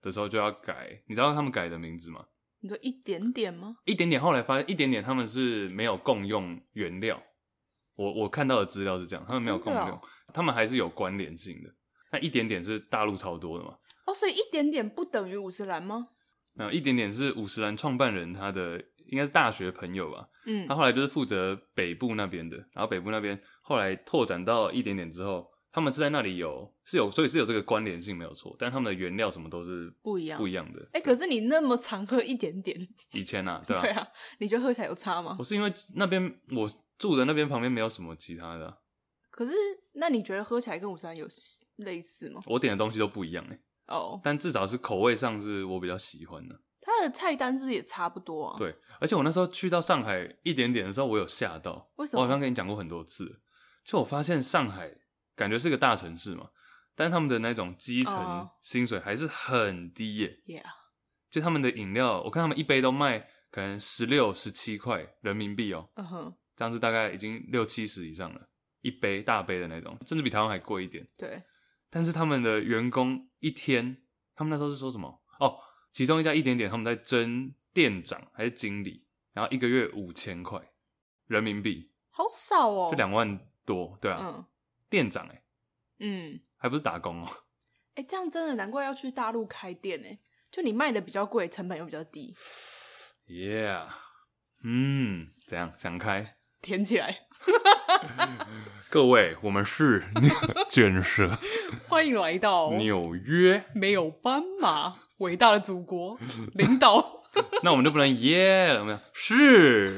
的时候就要改，你知道他们改的名字吗？ 你说一点点吗？ 一点点，后来发现一点点他们是没有共用原料。我看到的资料是这样，他们没有共用，他们还是有关联性的。那一点点是大陆超多的嘛？ 所以一点点不等于50岚吗？ 一点点是50岚创办人他的应该是大学朋友吧，他后来就是负责北部那边的，然后北部那边后来拓展到一点点之后，他们是在那里所以是有这个关联性没有错，但他们的原料什么都是不一样的。 可是你那么常喝一点点， 以前啊，对啊， 对啊，你觉得喝起来有差吗？ 我是因为那边我住的那边旁边没有什么其他的可是那你觉得喝起来跟50岚有类似吗？ 我点的东西都不一样但至少是口味上是我比较喜欢的。 它的菜单是不是也差不多啊？ 对，而且我那时候去到上海一点点的时候，我有吓到。 为什么？ 我好像跟你讲过很多次了，就我发现上海感觉是个大城市嘛，但是他们的那种基层薪水还是很低耶。就他们的饮料，我看他们一杯都卖可能16、17块人民币这样是大概已经60、70以上了，一杯大杯的那种，甚至比台湾还贵一点。 对， 但是他们的员工一天，他们那时候是说什么？其中一家一点点他们在争店长还是经理，然后一个月5000块人民币， 好少哦， 就2万多，对啊，店长还不是打工这样真的难怪要去大陆开店就你卖的比较贵，成本又比较低。 Yeah， 怎样想开？ 填起来。 各位，我们是建设， 欢迎来到纽约， 没有斑马，伟大的祖国领导。 那我们就不能耶了，有没有？是。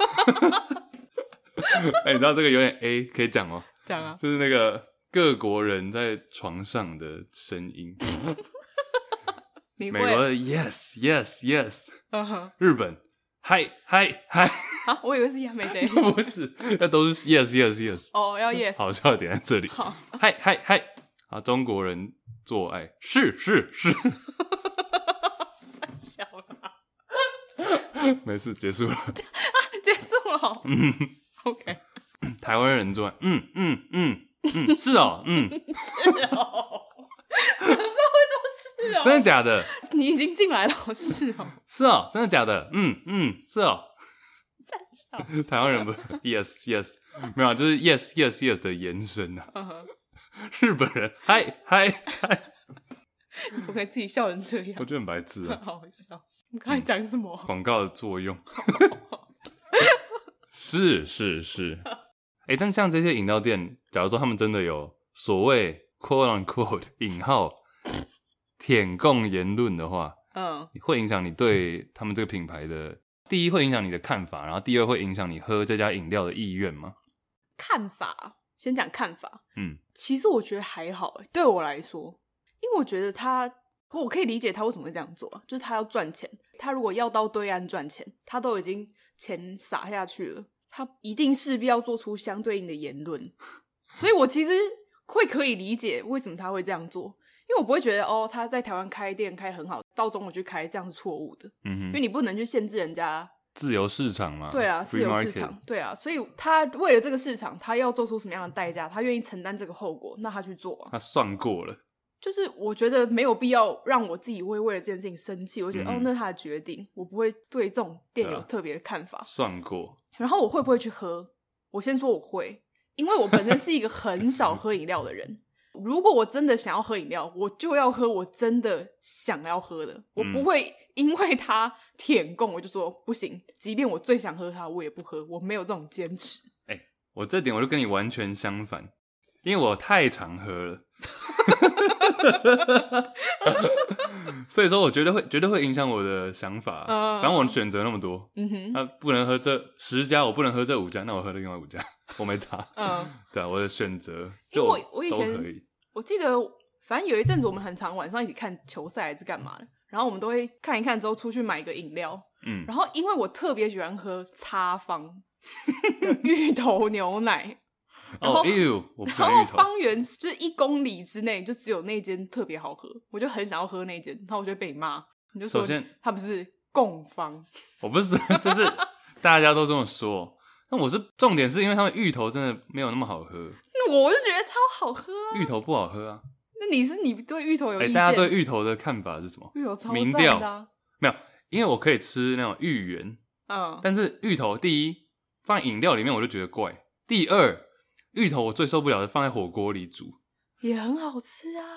你知道这个有点 A 可以讲吗？ 讲啊， 就是那个各国人在床上的声音。 美国的 yes yes yes， 日本嗨嗨嗨。 我以为是亚美得。 不是，那都是 yes yes yes。 要 yes。 好笑的点在这里。嗨嗨嗨。中国人做爱是。 三小啦。 没事，结束了。 结束了。OK。 台湾人做爱，是哦。 什么时候会说是哦？ 真的假的？ 你已经进来了，是哦。 是哦，真的假的？是哦。台湾人不是 yes yes， 没有，就是 yes yes yes 的延伸日本人嗨嗨嗨。 你怎么可以自己笑成这样？ 我觉得很白痴啊。 好笑。你刚才讲什么？ 广告的作用。是。但像这些饮料店，假如说他们真的有所谓 quote unquote 引号舔共言论的话，会影响你对他们这个品牌的，第一会影响你的看法，然后第二会影响你喝这家饮料的意愿吗？ 看法，先讲看法。其实我觉得还好对我来说，因为我觉得我可以理解他为什么会这样做，就是他要赚钱。他如果要到对岸赚钱，他都已经钱撒下去了，他一定势必要做出相对应的言论。所以我其实会可以理解为什么他会这样做，因为我不会觉得他在台湾开店开得很好，到中国去开这样是错误的。因为你不能去限制人家自由市场嘛。 对啊，自由市场，对啊，所以他为了这个市场，他要做出什么样的代价，他愿意承担这个后果，那他去做他算过了。 就是我觉得没有必要让我自己会为了这件事情生气，我觉得那是他的决定，我不会对这种店有特别的看法。 算过。 然后我会不会去喝？我先说我会，因为我本身是一个很少喝饮料的人。如果我真的想要喝饮料，我就要喝我真的想要喝的，我不会因为他舔共我就说不行，即便我最想喝它我也不喝，我没有这种坚持。 我这点我就跟你完全相反，因为我太常喝了。所以说我绝对会影响我的想法。反正我选择那么多，不能喝这10家，我不能喝这5家，那我喝另外5家，我没差。对啊，我的选择， 因为我以前都可以。 我记得，反正有一阵子我们很常晚上一起看球赛还是干嘛的，然后我们都会看一看之后出去买个饮料。然后因为我特别喜欢喝擦方的芋头牛奶。然后方圆就是1公里之内就只有那间特别好喝，我就很想要喝那间，然后我就被你骂，你就说他不是共方。 我不是，就是大家都这么说，但我是重点是因为他们芋头真的没有那么好喝。 我就觉得超好喝啊。 芋头不好喝啊。 那你对芋头有意见？ 大家对芋头的看法是什么？ 芋头超民赞的啊。 没有，因为我可以吃那种芋圆，但是芋头第一放在饮料里面我就觉得怪，第二芋头我最受不了的放在火锅里煮也很好吃啊。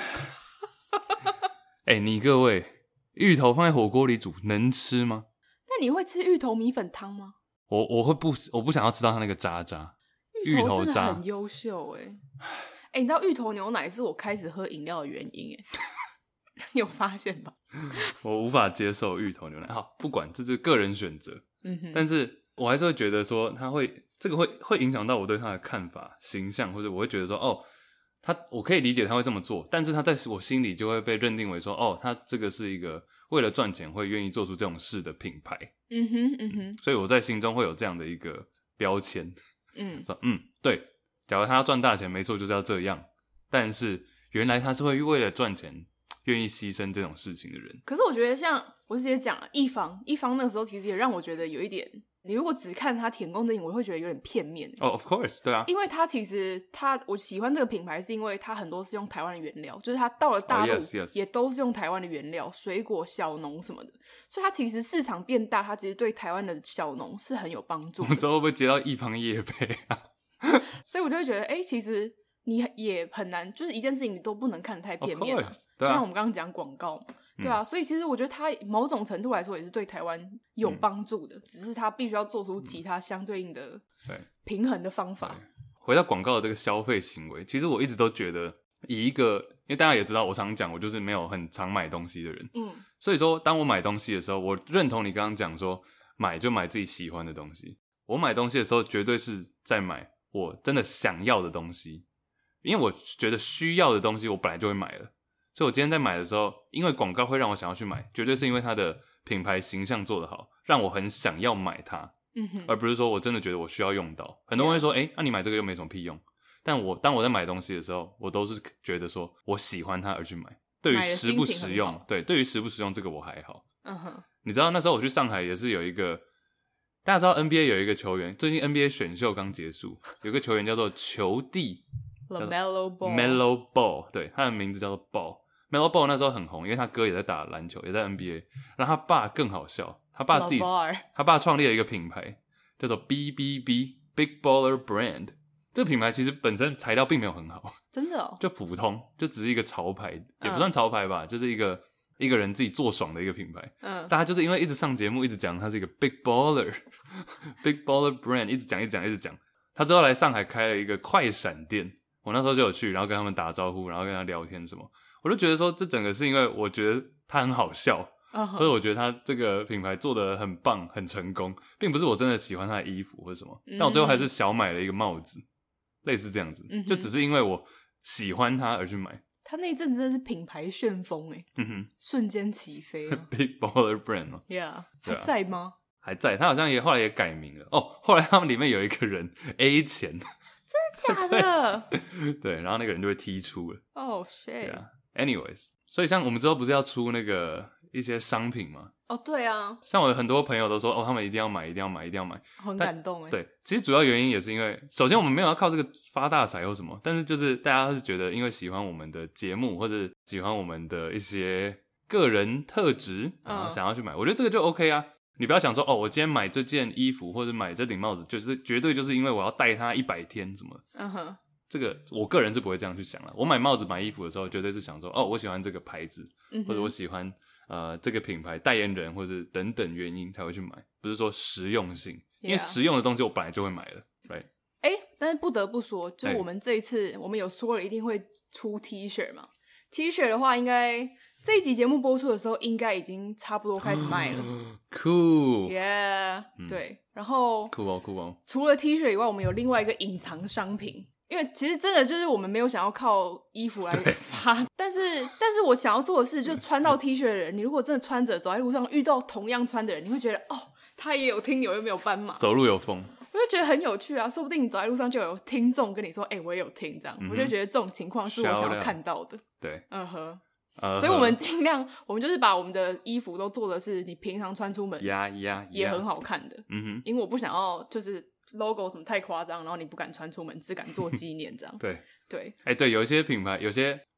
你各位，芋头放在火锅里煮能吃吗？ 那你会吃芋头米粉汤吗？ 我不想要吃到它那个渣渣。芋头真的很优秀你知道芋头牛奶是我开始喝饮料的原因你有发现吧？ 我无法接受芋头牛奶。好，不管，这是个人选择。但是我还是会觉得说这个会影响到我对他的看法、形象，或者我会觉得说我可以理解他会这么做，但是他在我心里就会被认定为说他这个是一个为了赚钱会愿意做出这种事的品牌。所以我在心中会有这样的一个标签。说对，假如他要赚大钱，没错，就是要这样。但是原来他是会为了赚钱愿意牺牲这种事情的人。 可是我觉得像我直接讲一方那时候其实也让我觉得有一点，你如果只看他舔共阵营，我会觉得有点片面。 Of course， 对啊， 因为他其实我喜欢这个品牌是因为他很多是用台湾的原料，就是他到了大陆也都是用台湾的原料，水果小农什么的，所以他其实市场变大，他其实对台湾的小农是很有帮助的。 我们之后会不会接到一方业配啊？ 所以我就会觉得其实你也很难，就是一件事情你都不能看得太片面就像我们刚刚讲广告嘛，对啊，所以其实我觉得它某种程度来说也是对台湾有帮助的，只是它必须要做出其他相对应的平衡的方法。 回到广告的这个消费行为，其实我一直都觉得因为大家也知道我常讲我就是没有很常买东西的人，所以说当我买东西的时候，我认同你刚刚讲说买就买自己喜欢的东西，我买东西的时候绝对是在买我真的想要的东西，因为我觉得需要的东西我本来就会买了，所以我今天在买的时候，因为广告会让我想要去买，绝对是因为它的品牌形象做得好，让我很想要买它，而不是说我真的觉得我需要用到。很多人会说那你买这个又没什么屁用，但当我在买东西的时候，我都是觉得说我喜欢它而去买。对于实不实用，对于实不实用这个我还好。你知道那时候我去上海也是有一个，大家知道 NBA 有一个球员，最近 NBA 选秀刚结束，有个球员叫做球帝 LaMelo Ball， 对，他的名字叫做 Ball。Melo Ball 那时候很红，因为他哥也在打篮球，也在 NBA。然后他爸更好笑，他爸创立了一个品牌，叫做 BBB Big Baller Brand。这个品牌其实本身材料并没有很好， 真的就普通，就只是一个潮牌，也不算潮牌吧，就是一个人自己做爽的一个品牌。大家就是因为一直上节目，一直讲他是一个 Big Baller，Big Baller Brand， 一直讲。他之后来上海开了一个快闪店，我那时候就有去，然后跟他们打招呼，然后跟他聊天什么。我就觉得说，这整个是因为我觉得他很好笑，所以我觉得他这个品牌做得很棒，很成功，并不是我真的喜欢他的衣服或者什么，但我最后还是小买了一个帽子，类似这样子，就只是因为我喜欢他而去买。 他那一阵真的是品牌旋风瞬间起飞 Big Baller Brand 哦 ，Yeah， 还在吗？ 还在，他好像后来也改名了后来他们里面有一个人 A 钱， 真的假的？ 对，然后那个人就被踢出了。 shit。 Anyways， 所以像我们之后不是要出那个一些商品吗？ 对啊， 像我很多朋友都说他们一定要买， 很感动对，其实主要原因也是因为，首先我们没有要靠这个发大财或什么，但是就是大家是觉得因为喜欢我们的节目或者喜欢我们的一些个人特质，然后想要去买，我觉得这个就 OK 啊。你不要想说我今天买这件衣服或者买这顶帽子，就是绝对就是因为我要戴它100天什么。这个我个人是不会这样去想了。我买帽子买衣服的时候，绝对是想说我喜欢这个牌子，或者我喜欢这个品牌代言人或者等等原因才会去买，不是说实用性，因为实用的东西我本来就会买了。对， 但是不得不说，就我们这一次我们有说了一定会出 T 恤嘛。T 恤的话，应该这一集节目播出的时候，应该已经差不多开始卖了。 Cool， yeah，对，然后酷哦。 除了 T 恤以外，我们有另外一个隐藏商品。因为其实真的就是我们没有想要靠衣服来发，但是我想要做的事，就是穿到 T 恤的人，你如果真的穿着走在路上遇到同样穿的人，你会觉得他也有听友又没有斑马， 走路有风， 我就觉得很有趣啊。说不定你走在路上就有听众跟你说我也有听这样，我就觉得这种情况是我想要看到的。 对， 所以我们尽量，我们就是把我们的衣服都做的是你平常穿出门也很好看的。因为我不想要就是logo 什么太夸张，然后你不敢穿出门，只敢做纪念这样。 对， 对， 对，有一些品牌，有些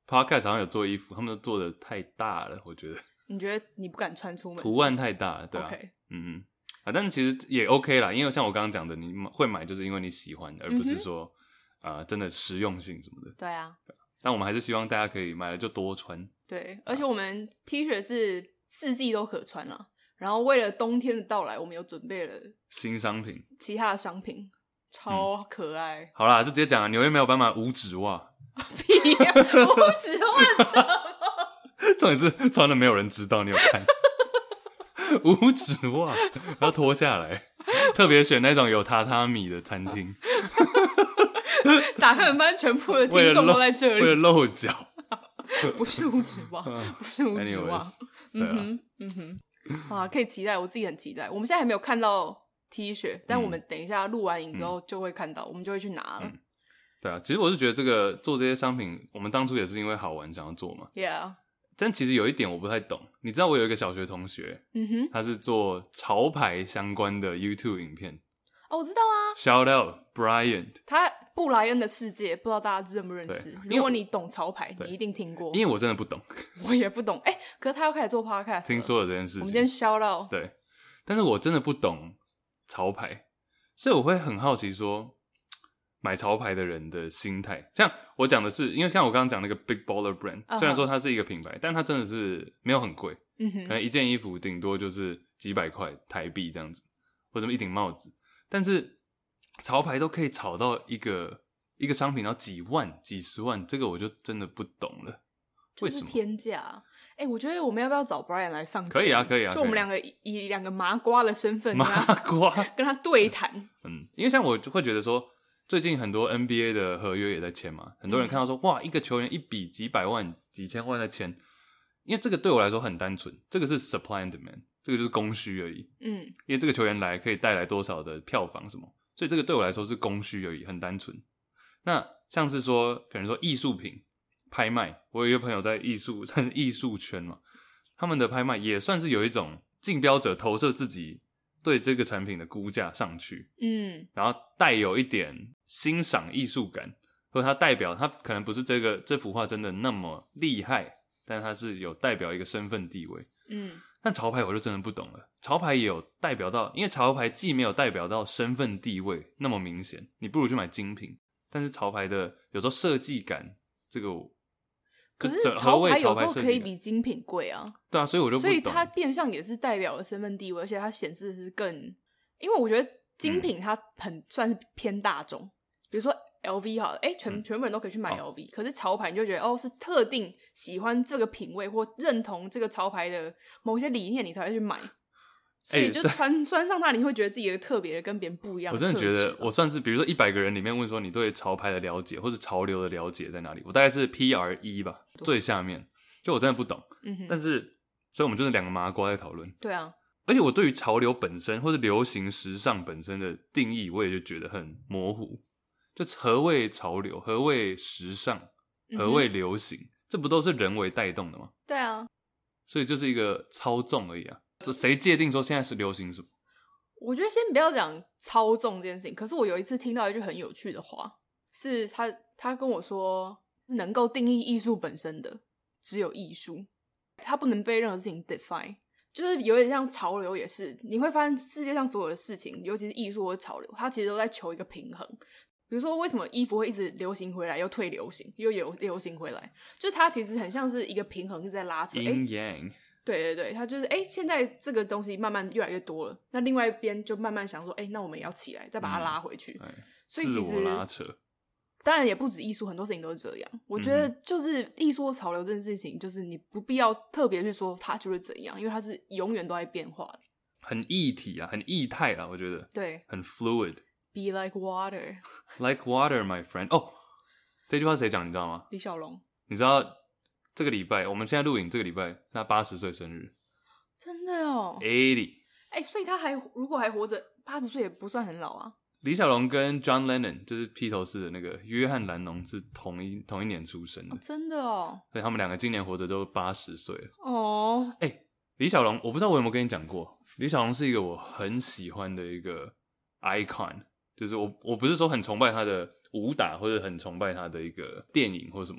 podcast 好像有做衣服，他们都做的太大了，我觉得。 你觉得你不敢穿出门？ 图案太大了，对啊。 Okay. 但是其实也 OK 啦，因为像我刚刚讲的，你会买就是因为你喜欢，而不是说真的实用性什么的。 对啊。 但我们还是希望大家可以买了就多穿。 对，而且我们 T 恤是4季都可穿啦。然后为了冬天的到来，我们有准备了新商品， 其他的商品，超可爱。 好啦，就直接讲啊，纽约没有办法无指袜。 屁呀、无指袜什么？ 重点是穿了没有人知道，你有看？无指袜要脱下来，特别选那种有榻榻米的餐厅。 打开门班全部的听众都在这里， 为了露脚。 不是无指袜，不是无指袜。啊，可以期待，我自己很期待。我们现在还没有看到 T 恤，但我们等一下录完影之后就会看到，我们就会去拿了。 对啊，其实我是觉得这个做这些商品，我们当初也是因为好玩想要做嘛。 Yeah。 但其实有一点我不太懂，你知道我有一个小学同学，他是做潮牌相关的 YouTube 影片。 哦，我知道啊。 Shout out Brian。 他布莱恩的世界，不知道大家认不认识？如果你懂潮牌，你一定听过。 因为我真的不懂， 我也不懂。可是他要开始做 podcast， 听说了这件事情。 我们今天 shout out。 对，但是我真的不懂潮牌，所以我会很好奇说，买潮牌的人的心态。像我讲的是，因为像我刚刚讲那个 Big Baller Brand，虽然说它是一个品牌，但它真的是没有很贵，可能一件衣服顶多就是几百块台币这样子，或者一顶帽子。但是潮牌都可以炒到一个商品，然后几万、几十万，这个我就真的不懂了，为什么？ 就是天价。我觉得我们要不要找 Brian 来上节目？ 可以啊，可以啊。 就我们两个以两个麻瓜的身份，跟他对谈。 因为像我就会觉得说，最近很多 NBA 的合约也在签嘛，很多人看到说，哇，一个球员一笔几百万、几千万在签，因为这个对我来说很单纯，这个是 supply and demand， 这个就是供需而已。因为这个球员来可以带来多少的票房什么，所以这个对我来说是供需而已，很单纯。那像是说，可能说艺术品拍卖，我有一个朋友在艺术圈嘛，他们的拍卖也算是有一种竞标者投射自己对这个产品的估价上去，然后带有一点欣赏艺术感，或者它代表它可能不是这幅画真的那么厉害，但它是有代表一个身份地位。但潮牌我就真的不懂了，潮牌也有代表到，因为潮牌既没有代表到身份地位那么明显，你不如去买精品，但是潮牌的有时候设计感，这个可是潮牌有时候可以比精品贵啊。 对啊，所以我就不懂。 所以它变相也是代表了身份地位，而且它显示的是更，因为我觉得精品它算是偏大众，比如说 LV 好了，全部人都可以去买 LV，可是潮牌你就觉得是特定喜欢这个品味或认同这个潮牌的某些理念，你才会去买。所以就穿上它，你会觉得自己有特别的跟别人不一样的特质。 我真的觉得我算是，比如说100个人里面问说你对潮牌的了解或是潮流的了解在哪里，我大概是 PR1 吧，最下面，就我真的不懂。但是所以我们就是两个麻瓜在讨论。 对啊， 而且我对于潮流本身或是流行时尚本身的定义，我也就觉得很模糊。就何谓潮流，何谓时尚，何谓流行，这不都是人为带动的吗？ 对啊， 所以就是一个操纵而已啊。谁界定说现在是流行什么？ 我觉得先不要讲操纵这件事情，可是我有一次听到一句很有趣的话，是他跟我说，能够定义艺术本身的只有艺术，它不能被任何事情 define。就是有点像潮流也是，你会发现世界上所有的事情，尤其是艺术或潮流，它其实都在求一个平衡。比如说为什么衣服会一直流行回来又退流行又流行回来，就是它其实很像是一个平衡一直在拉扯。 阴阳。 对对对，它就是现在这个东西慢慢越来越多了，那另外一边就慢慢想说那我们也要起来再把它拉回去。所以其实自我拉扯， 当然也不止艺术，很多事情都是这样。我觉得就是艺术潮流这件事情，就是你不必要特别去说它就是怎样，因为它是永远都在变化的， 很液体啊，很液态啊，我觉得对， 很 fluid。 Be like water Like water my friend。 这句话谁讲你知道吗？ 李小龙。 你知道这个礼拜我们现在录影，这个礼拜他80岁生日。 真的哦 ，80。 所以他如果还活着，80岁也不算很老啊。 李小龙跟 John Lennon 就是披头士的那个约翰兰农是同一年出生的。 真的哦。 所以他们两个今年活着都80岁了。 哦。 李小龙我不知道我有没有跟你讲过，李小龙是一个我很喜欢的一个 icon， 就是我不是说很崇拜他的武打或者很崇拜他的一个电影或什么，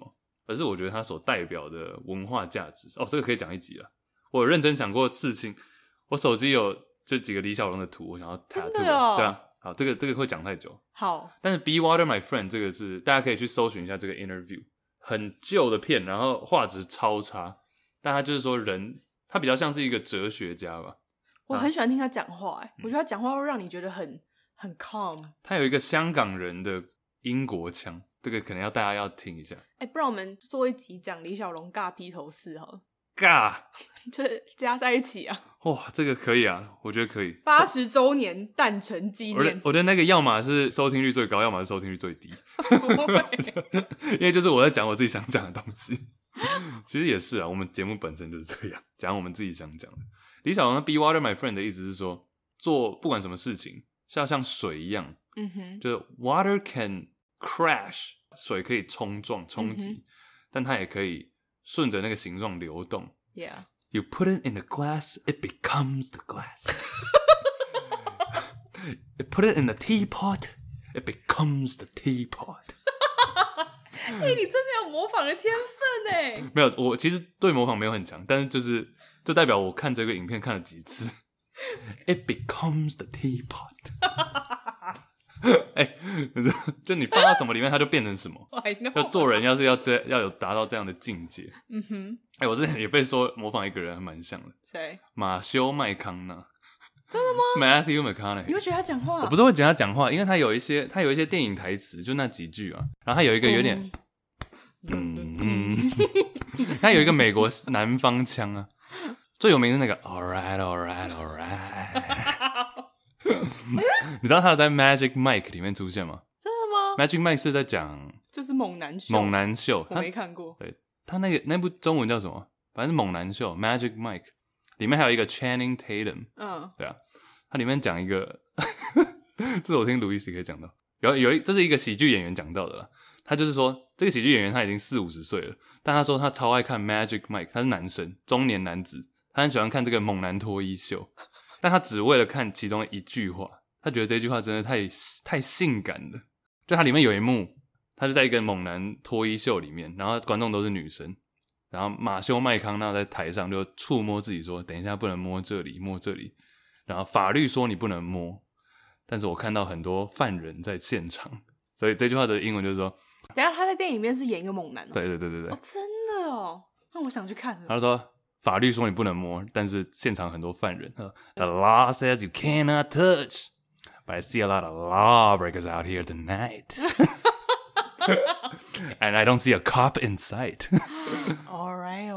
而是我觉得它所代表的文化价值。哦，这个可以讲一集了。我有认真想过刺青，我手机有就几个李小龙的图，我想要 tattoo。对啊，好，这个会讲太久。 好， 但是 Be Water My Friend 这个是大家可以去搜寻一下这个 interview， 很旧的片，然后画质超差，但他就是说人，他比较像是一个哲学家吧。 我很喜欢听他讲话，我觉得他讲话会让你觉得很 calm。 他有一个香港人的英国腔，这个可能大家要听一下。 不然我们做一集讲李小龙尬披头士好了。 尬， 就是加在一起啊！ 哇，这个可以啊，我觉得可以。 80周年诞辰纪念， 我觉得那个要么是收听率最高，要么是收听率最低。因为就是我在讲我自己想讲的东西。其实也是啊，我们节目本身就是这样，讲我们自己想讲的。李小龙的 Be Water My Friend 的意思是说，做不管什么事情，是要像水一样，就是 water can crash， 水可以冲击，但它也可以顺着那个形状流动。 Yeah. You put it in the glass, it becomes the glass. You put it in the teapot, it becomes the teapot. 你真的有模仿的天分耶。 没有，我其实对模仿没有很强，但是就是这代表我看这个影片看了几次。It becomes the teapot. 就你放到什么里面，它就变成什么。就做人要有达到这样的境界。我之前也被说模仿一个人还蛮像的。 谁？ 马修麦康纳。 真的吗 ？Matthew McConaughey。 你会觉得他讲话？ 我不是会觉得他讲话，因为他有一些电影台词，就那几句啊。然后他有一个有点，他有一个美国南方腔啊。最有名是那个 All right, all right, all right。你知道他有在 Magic Mike 里面出现吗？ 真的吗 ？Magic Mike 是在讲就是猛男秀，我没看过。 对，他那部中文叫什么？反正是猛男秀 Magic Mike 里面还有一个 Channing Tatum。对啊，他里面讲一个，这是我听路易斯可以讲到，这是一个喜剧演员讲到的啦。他就是说，这个喜剧演员他已经40-50岁了，但他说他超爱看 Magic Mike， 他是男生，中年男子，他很喜欢看这个猛男脱衣秀。但他只为了看其中一句话，他觉得这句话真的太性感了。就他里面有一幕，他就在一个猛男脱衣秀里面，然后观众都是女生，然后马修麦康纳在台上就触摸自己说，等一下不能摸这里摸这里，然后法律说你不能摸，但是我看到很多犯人在现场，所以这句话的英文就是说， 等一下他在电影里面是演一个猛男哦。 对， 哦，真的哦，那我想去看了。 他说法律说你不能摸，但是现场很多犯人。The law says you cannot touch, but I see a lot of lawbreakers out here tonight. And I don't see a cop in sight. All right.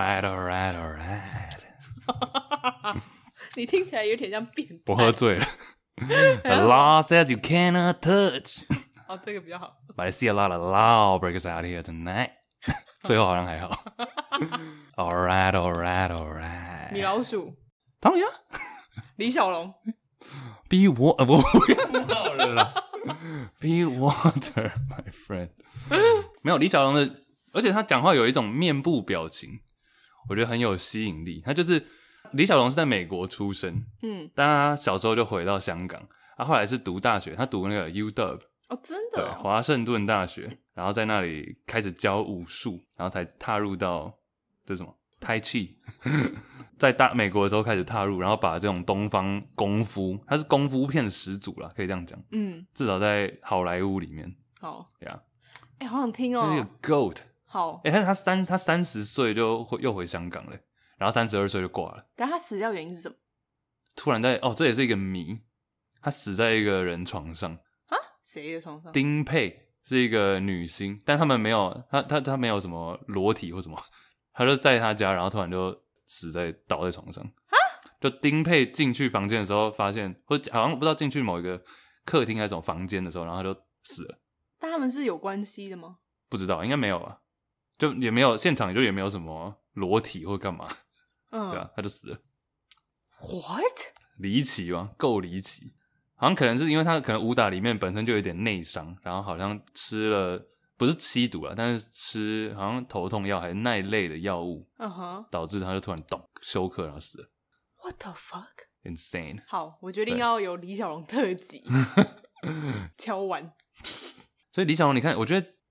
你听起来有点像变态。 我喝醉了。The law says you cannot touch. 哦，这个比较好。 But I see a lot of lawbreakers out here tonight. 最后好像还好。All right. 米老鼠。 唐人。 李小龙。 Be water， 不要了啦。Be water, my friend。没有李小龙的，而且他讲话有一种面部表情，我觉得很有吸引力。他就是李小龙是在美国出生，但他小时候就回到香港，他后来是读大学，他读那个 UW。 哦，真的？ 对，华盛顿大学，然后在那里开始教武术，然后才踏入到这什么Tai Chi， 在美国的时候开始踏入，然后把这种东方功夫，他是功夫片始祖啦，可以这样讲。至少在好莱坞里面。好，对啊。 好想听哦。 那个 GOAT。 好。 他30岁就又回香港了，然后32岁就挂了。 但他死掉原因是什么？ 突然这也是一个谜。他死在一个人床上。 谁的床上？ 丁佩是一个女星，但他们没有他没有什么裸体或什么，他就在他家，然后突然就倒在床上。就丁佩进去房间的时候发现，或者好像不知道进去某一个客厅还是什么房间的时候，然后他就死了。但他们是有关系的吗？ 不知道，应该没有吧？就也没有现场，就也没有什么裸体或干嘛。对啊，他就死了。 What？ 离奇吗？够离奇。好像可能是因为他可能武打里面本身就有点内伤，然后好像吃了不是吸毒啦，但是吃好像头痛药还是那一类的药物，导致他就突然休克然后死了。 What the fuck? Insane. 好，我决定要有李小龙特辑。敲完。 所以李小龙，你看，我觉得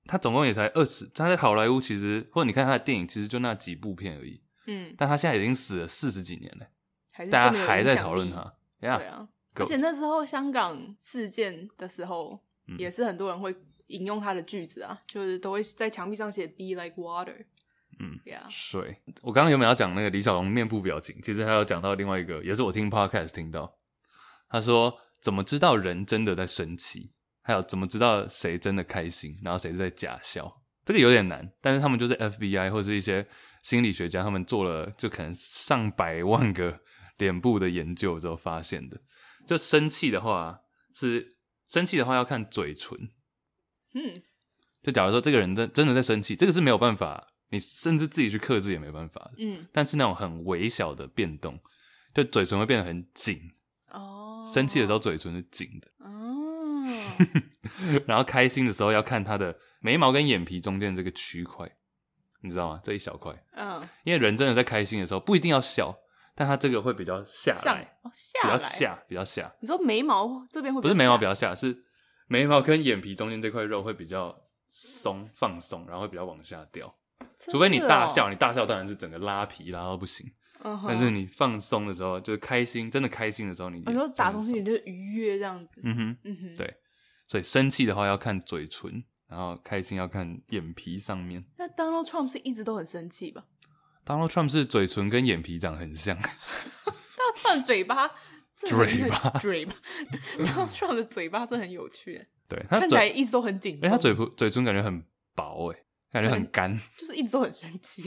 他总共也才20，他在好莱坞其实或者你看他的电影其实就那几部片而已，但他现在已经死了40几年了，大家还在讨论他， 对啊，而且那时候香港事件的时候，也是很多人会引用他的句子啊，就是都会在墙壁上写 "Be like water"。 水。我刚刚有没有要讲那个李小龙面部表情？其实还有讲到另外一个，也是我听 podcast 听到，他说怎么知道人真的在生气，还有怎么知道谁真的开心，然后谁是在假笑。这个有点难，但是他们就是 FBI 或是一些心理学家，他们做了就可能上百万个脸部的研究之后发现的。就生气的话要看嘴唇。就假如说这个人真的在生气，这个是没有办法，你甚至自己去克制也没办法的。但是那种很微小的变动，就嘴唇会变得很紧。生气的时候嘴唇是紧的。然后开心的时候要看他的眉毛跟眼皮中间这个区块，你知道吗？这一小块。因为人真的在开心的时候不一定要笑，但他这个会比较下来，比较下。你说眉毛这边会比较下？不是眉毛比较下，是眉毛跟眼皮中间这块肉会比较放松，然后会比较往下掉。除非你大笑，你大笑当然是整个拉皮拉到不行。但是你放松的时候，就是开心，真的开心的时候，你说打东西你就愉悦这样子。对。所以生气的话要看嘴唇，然后开心要看眼皮上面。那 Donald Trump 是一直都很生气吧？ Donald Trump 是嘴唇跟眼皮长很像。 Donald Trump 嘴巴 Donald Trump 的嘴巴真的很有趣。 对， 他看起来一直都很紧绷， 他嘴唇感觉很薄感觉很干， 就是一直都很生气。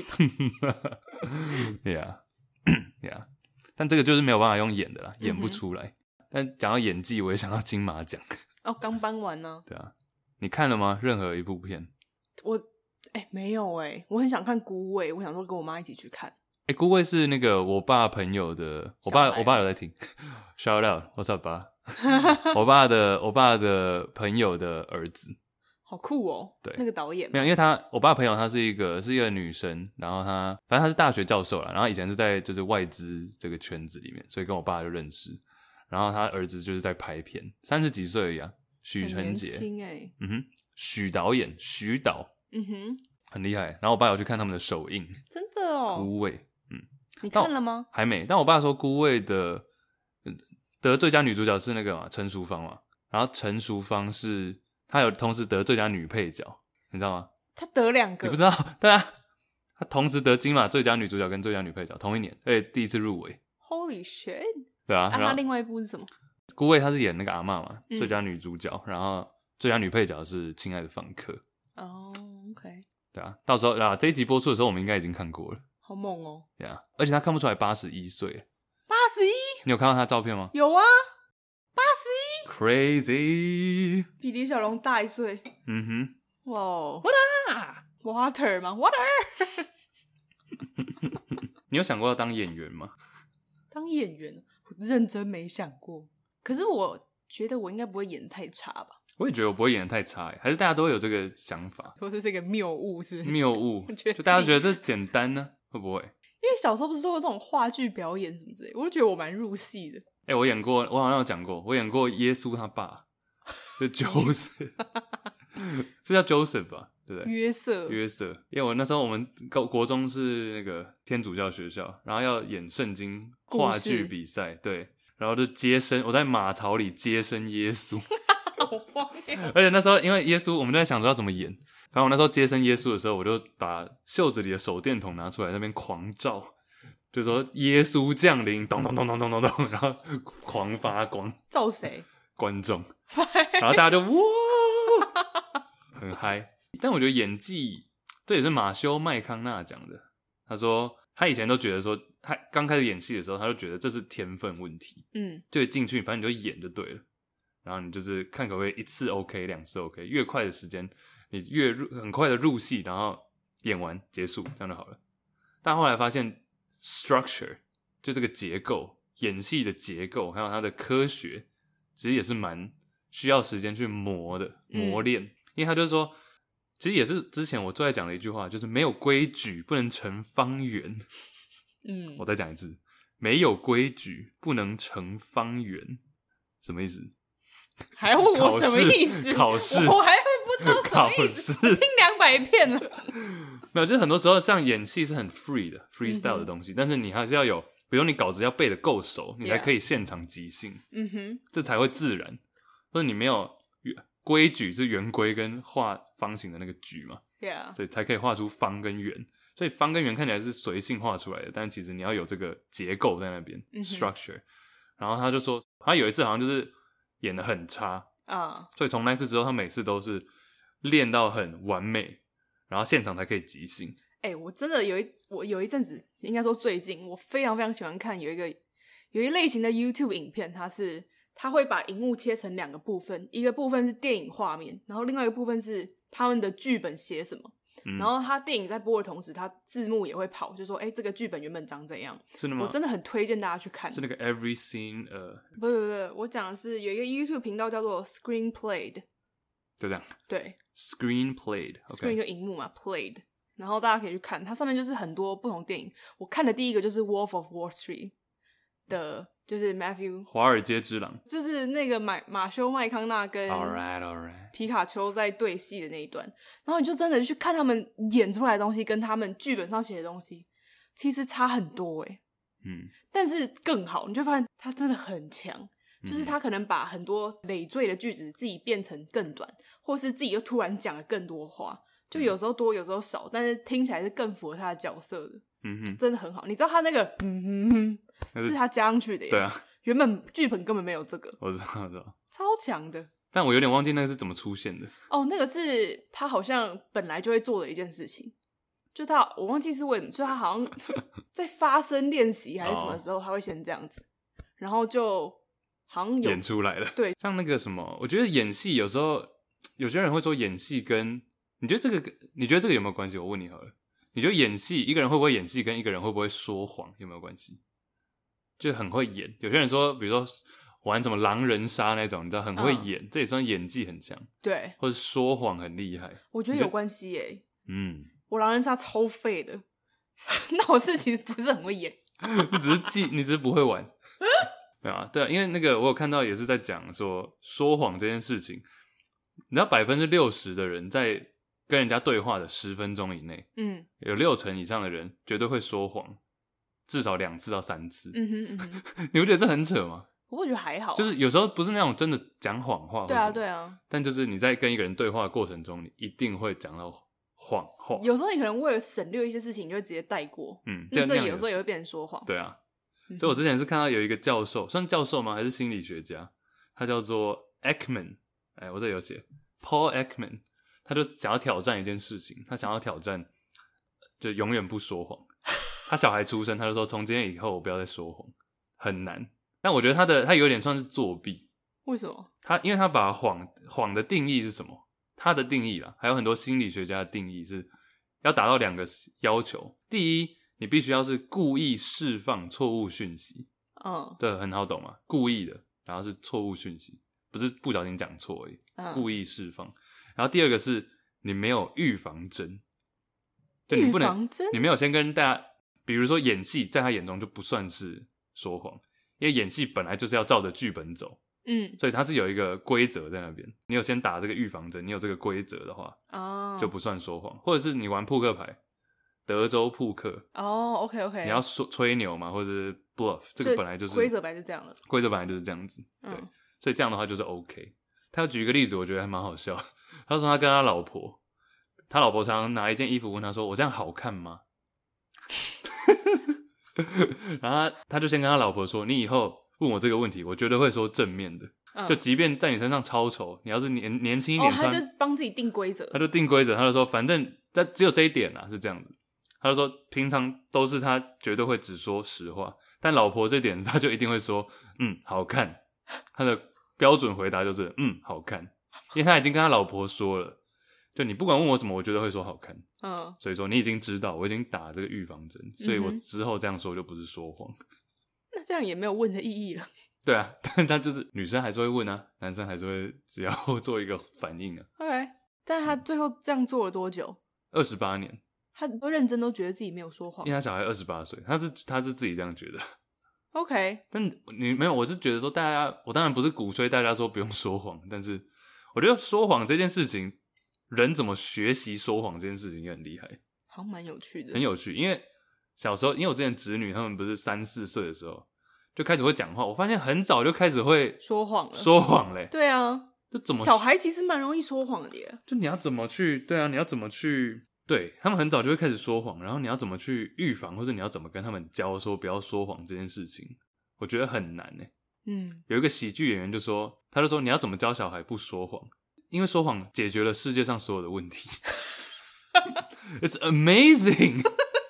yeah 但这个就是没有办法用演的啦，演不出来。但讲到演技，我也想到金马奖。 刚颁完呢。 对啊，你看了吗？任何一部片？ 我没有我很想看孤味，我想说跟我妈一起去看。 孤味是那个我爸朋友的，我爸有在听，shout out，what's up 爸？我爸的朋友的儿子。 好酷哦！ 对， 那个导演没有，因为我爸朋友她是一个女生，然后反正她是大学教授啦，然后以前是在就是外资这个圈子里面，所以跟我爸就认识。然后他儿子就是在拍片，30几岁而已啊，许承杰， 很年轻许导演，徐导，很厉害。然后我爸有去看他们的首映， 真的哦， 孤味， 你看了吗？ 还没，但我爸说孤味的得最佳女主角是那个嘛陈淑芳嘛，然后陈淑芳是她有同时得最佳女配角，你知道吗？ 她得2个， 你不知道？对啊，她同时得金马最佳女主角跟最佳女配角，同一年，而且第一次入围。 Holy shit！ 对啊， 他另外一部是什么？ 孤味他是演那个阿嬷嘛，最佳女主角，然后最佳女配角是《亲爱的房客》。 OK。 对啊，到时候这一集播出的时候，我们应该已经看过了。 好猛哦！ 对啊，而且他看不出来81岁。 81？ 你有看到他的照片吗？ 有啊，81。 Crazy。 比李小龙大1岁。哇 ，Water 吗 ？Water。 你有想过要当演员吗？ 当演员，我认真没想过。可是我觉得我应该不会演得太差吧。 我也觉得我不会演得太差，还是大家都会有这个想法， 说这是一个谬误是谬误，就大家觉得这简单呢？会不会？因为小时候不是都有那种话剧表演什么之类，我就觉得我蛮入戏的。 我演过，我好像有讲过，我演过耶稣他爸，就Joseph，是叫 Joseph 吧？对不对？约瑟，因为我那时候我们国中是那个天主教学校，然后要演圣经话剧比赛，对，然后就接生，我在马槽里接生耶稣，而且那时候因为耶稣，我们就在想说要怎么演，然后我那时候接生耶稣的时候，我就把袖子里的手电筒拿出来，那边狂照，就说耶稣降临，咚咚咚咚咚咚咚，然后狂发光， 照谁？ 观众，然后大家就哇，很嗨。但我觉得演技，这也是马修麦康纳讲的。他说他以前都觉得说，他刚开始演戏的时候，他就觉得这是天分问题，就进去反正你就演就对了，然后你就是看可不可以1次 OK 2次 OK， 越快的时间你越很快的入戏，然后演完结束，这样就好了。但后来发现 structure 就这个结构，演戏的结构还有它的科学，其实也是蛮需要时间去磨练，因为他就说。其实也是之前我最爱讲的一句话，就是没有规矩不能成方圆。我再讲一次，没有规矩不能成方圆，什么意思？ 还要问我什么意思？ 考试我还会不知道什么意思，听200遍了。 没有，就是很多时候像演戏是很 free 的 freestyle 的东西，但是你还是要有，比如你稿子要背得够熟，你才可以现场即兴，这才会自然。或者你没有规矩是圆规跟画方形的那个矩嘛，对，才可以画出方跟圆。所以方跟圆看起来是随性画出来的，但其实你要有这个结构在那边，structure。然后他就说，他有一次好像就是演得很差所以从那次之后，他每次都是练到很完美，然后现场才可以即兴。 我真的有一阵子，应该说最近，我非常非常喜欢看有一类型的 YouTube 影片，它会把荧幕切成2个部分，一个部分是电影画面，然后另外一个部分是他们的剧本写什么。然后他电影在播的同时，他字幕也会跑，就说这个剧本原本长怎样。 是的吗？ 我真的很推荐大家去看。 是那个 Every Scene 不，我讲的是有一个 YouTube 频道叫做 Screenplayed， 就这样。 对 Screenplayed、Screen 就荧幕嘛 ，Played， 然后大家可以去看，它上面就是很多不同电影。我看的第一个就是 Wolf of Wall Street 的，就是 Matthew 华尔街之狼， 就是那个马修麦康纳跟 Alright 皮卡丘在对戏的那一段，然后你就真的去看他们演出来的东西跟他们剧本上写的东西其实差很多但是更好，你就发现他真的很强，就是他可能把很多累赘的句子自己变成更短，或是自己又突然讲了更多话，就有时候多有时候少，但是听起来是更符合他的角色的，真的很好。你知道他那个是他加上去的耶， 对啊， 原本剧本根本没有这个， 我知道， 超强的。 但我有点忘记那个是怎么出现的。 那个是他好像本来就会做的一件事情，就我忘记是为什么，所以他好像在发声练习还是什么时候，他会先这样子，然后就好像演出来了。 对， 像那个什么，我觉得演戏有时候有些人会说演戏跟你觉得这个有没有关系？我问你好了，你觉得演戏一个人会不会演戏跟一个人会不会说谎有没有关系？就很会演，有些人说，比如说玩什么狼人杀那种，你知道很会演，这也算演技很强。 对， 或者说谎很厉害， 我觉得有关系耶。我狼人杀超废的，那我是其实不是很会演， 你只是不会玩。对啊，对啊，因为那个我有看到也是在讲说谎这件事情，你知道60%的人在跟人家对话的10分钟以内，有60%以上的人绝对会说谎，至少2次到3次。你不觉得这很扯吗？ 我觉得还好， 就是有时候不是那种真的讲谎话， 对啊对啊， 但就是你在跟一个人对话的过程中，你一定会讲到谎话。 有时候你可能为了省略一些事情，你就会直接带过，这有时候也会变成说谎。 对啊，所以我之前是看到有一个教授，算教授吗？还是心理学家？他叫做 Ekman， 我这有写 Paul Ekman， 他就想要挑战一件事情，他想要挑战就永远不说谎。他小孩出生，他就说从今天以后我不要再说谎，很难。但我觉得他有点算是作弊。 为什么？ 因为他把谎的定义是什么？他的定义啦，还有很多心理学家的定义是要达到2个要求。第一，你必须要是故意释放错误讯息。这很好懂嘛，故意的，然后是错误讯息，不是不小心讲错而已，故意释放。然后第二个是你没有预防针，就你不能，你没有先跟大家，比如说演戏，在他眼中就不算是说谎。因为演戏本来就是要照着剧本走，所以它是有一个规则在那边。你有先打这个预防针，你有这个规则的话，就不算说谎。或者是你玩扑克牌，德州扑克 ，OK， 你要吹牛嘛，或者是 bluff， 这个本来就是规则本来就这样了， 规则本来就是这样子，对，所以这样的话就是 OK。他要举一个例子，我觉得还蛮好笑。他说他跟他老婆常常拿一件衣服问他说：“我这样好看吗？”然后他就先跟他老婆说：“你以后问我这个问题，我绝对会说正面的。就即便在你身上超丑，你要是年轻一点穿， 他就帮自己定规则。 他就定规则，他就说反正只有这一点啦，是这样子。他就说平常都是他绝对会只说实话，但老婆这点他就一定会说好看。他的标准回答就是好看，因为他已经跟他老婆说了，就你不管问我什么，我绝对会说好看。所以说你已经知道，我已经打这个预防针，所以我之后这样说就不是说谎。 那这样也没有问的意义了。 对啊，但他就是女生还是会问啊，男生还是会只要做一个反应啊。 OK， 但他最后这样做了多久 ？28年。 他认真都觉得自己没有说谎， 因为他小孩28岁，他是自己这样觉得。 OK， 但你没有，我是觉得说我当然不是鼓吹大家说不用说谎，但是我觉得说谎这件事情，人怎么学习说谎这件事情也很厉害， 好像蛮有趣的， 很有趣。因为小时候，因为我之前侄女他们不是3、4岁的时候就开始会讲话，我发现很早就开始会说谎了， 说谎嘞。 对啊， 就怎么小孩其实蛮容易说谎的耶， 就你要怎么去，对啊，你要怎么去。对，他们很早就会开始说谎，然后你要怎么去预防，或者你要怎么跟他们教说不要说谎这件事情，我觉得很难耶。有一个喜剧演员他就说你要怎么教小孩不说谎，因为说谎解决了世界上所有的问题。It's amazing.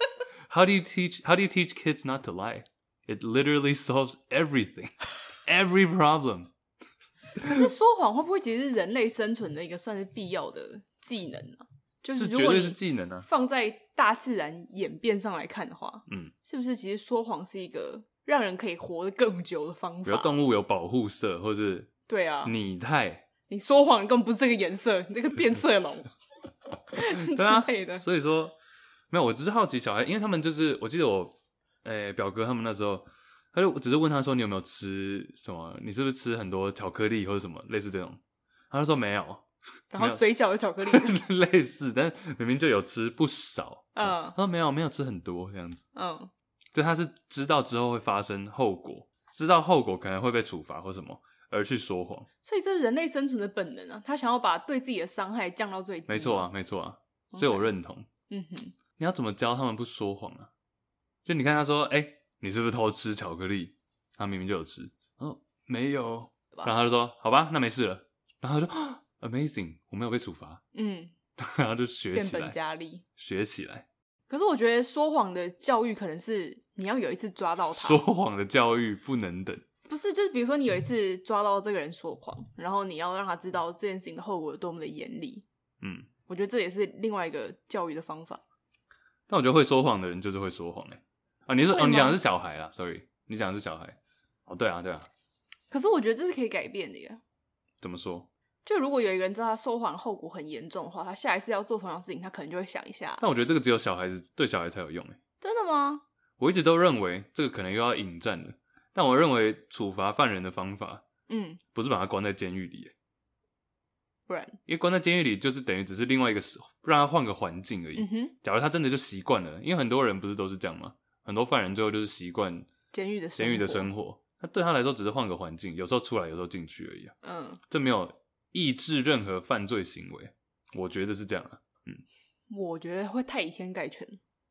How do you teach kids not to lie? It literally solves everything, every problem. 可是说谎会不会其实是人类生存的一个算是必要的技能啊？就是如果你绝对是技能啊， 放在大自然演变上来看的话，是不是其实说谎是一个让人可以活得更久的方法？ 比如动物有保护色，或是对啊， 拟态， 你说谎根本不是这个颜色，你这个变色龙之类的。 所以说没有，我只是好奇小孩，因为他们就是我记得我表哥他们那时候，他就只是问他说你有没有吃什么，你是不是吃很多巧克力或者什么类似这种，他就说没有。 然后嘴角有巧克力类似，但明明就有吃不少。他说没有吃很多这样子。就他是知道之后会发生后果，知道后果可能会被处罚或什么而去说谎， 所以这是人类生存的本能啊，他想要把对自己的伤害降到最低。 没错啊，所以我认同。你要怎么教他们不说谎啊？就你看他说你是不是偷吃巧克力，他明明就有吃，没有，然后他就说好吧那没事了，然后他就Amazing， 我没有被处罚。然后就学起来， 变本加厉， 学起来。 可是我觉得说谎的教育可能是你要有一次抓到他。 说谎的教育不能等。 不是，就是比如说你有一次抓到这个人说谎，然后你要让他知道这件事情的后果有多么的严厉。我觉得这也是另外一个教育的方法。 但我觉得会说谎的人就是会说谎你说你讲的是小孩啦 ，sorry， 你讲的是小孩。对啊。 可是我觉得这是可以改变的耶。 怎么说？ 就如果有一个人知道他说谎后果很严重的话，他下一次要做同样事情，他可能就会想一下。 但我觉得这个只有对小孩才有用真的吗？ 我一直都认为这个可能又要引战了，但我认为处罚犯人的方法，不是把他关在监狱里不然， 因为关在监狱里就是等于只是另外一个让他换个环境而已。假如他真的就习惯了，因为很多人不是都是这样吗？很多犯人最后就是习惯监狱的生活， 他对他来说只是换个环境，有时候出来，有时候进去而已这没有抑制任何犯罪行为，我觉得是这样我觉得会太以偏概全。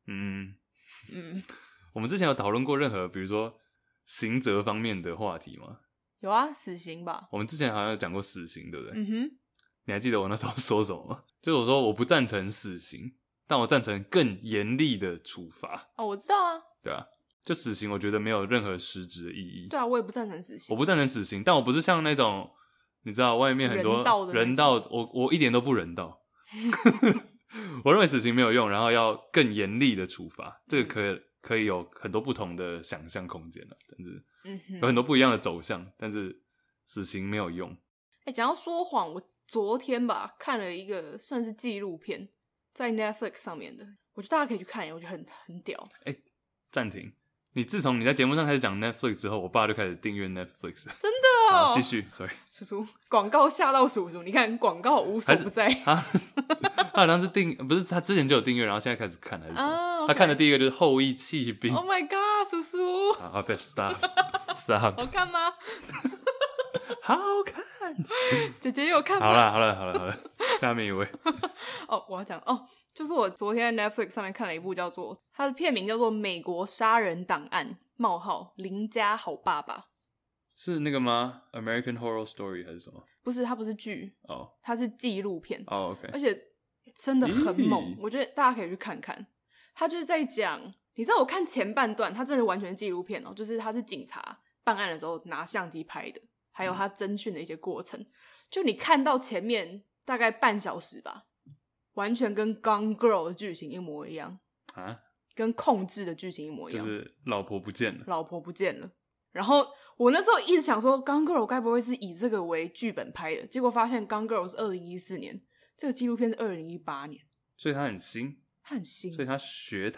我们之前有讨论过任何比如说刑责方面的话题吗？ 有啊，死刑吧。 我们之前好像有讲过死刑，对不对？你还记得我那时候说什么吗？就是我说我不赞成死刑，但我赞成更严厉的处罚。 我知道啊。 对啊，就死刑我觉得没有任何实质的意义。 对啊，我也不赞成死刑。 我不赞成死刑，但我不是像那种你知道外面很多人道我一点都不人道。我认为死刑没有用，然后要更严厉的处罚，这个可以有很多不同的想象空间但是有很多不一样的走向，但是死刑没有用。 讲到说谎，我昨天吧看了一个算是纪录片，在 Netflix 上面的，我觉得大家可以去看，我觉得很屌。 暂停！你自从你在节目上开始讲 Netflix 之后，我爸就开始订阅 Netflix。 真的好，继续 ，sorry。 叔叔，广告吓到叔叔，你看广告无所不在。 他好像是不是他之前就有订阅，然后现在开始看还是什么？ Okay. 他看的第一个就是《后羿弃兵》。 Oh my god， 叔叔！ 好 ，stop。 好看吗？ 好看。 姐姐有看吗？ 好了，下面一位。 我要讲就是我昨天在 Netflix 上面看了一部它的片名叫做《美国杀人档案：邻家好爸爸》。 是那个吗 ？American Horror Story 还是什么？ 不是，它不是剧它是纪录片 OK， 而且真的很猛，我觉得大家可以去看看。他就是在讲，你知道我看前半段，它真的完全纪录片就是他是警察办案的时候拿相机拍的，还有他侦讯的一些过程。就你看到前面大概半小时吧，完全跟 Gone Girl 的剧情一模一样跟控制的剧情一模一样， 就是老婆不见了。 然后我那时候一直想说 Gone Girl 该不会是以这个为剧本拍的，结果发现 Gone Girl 是2014年，这个纪录片是2018年， 所以他很新， 他很新， 所以他学他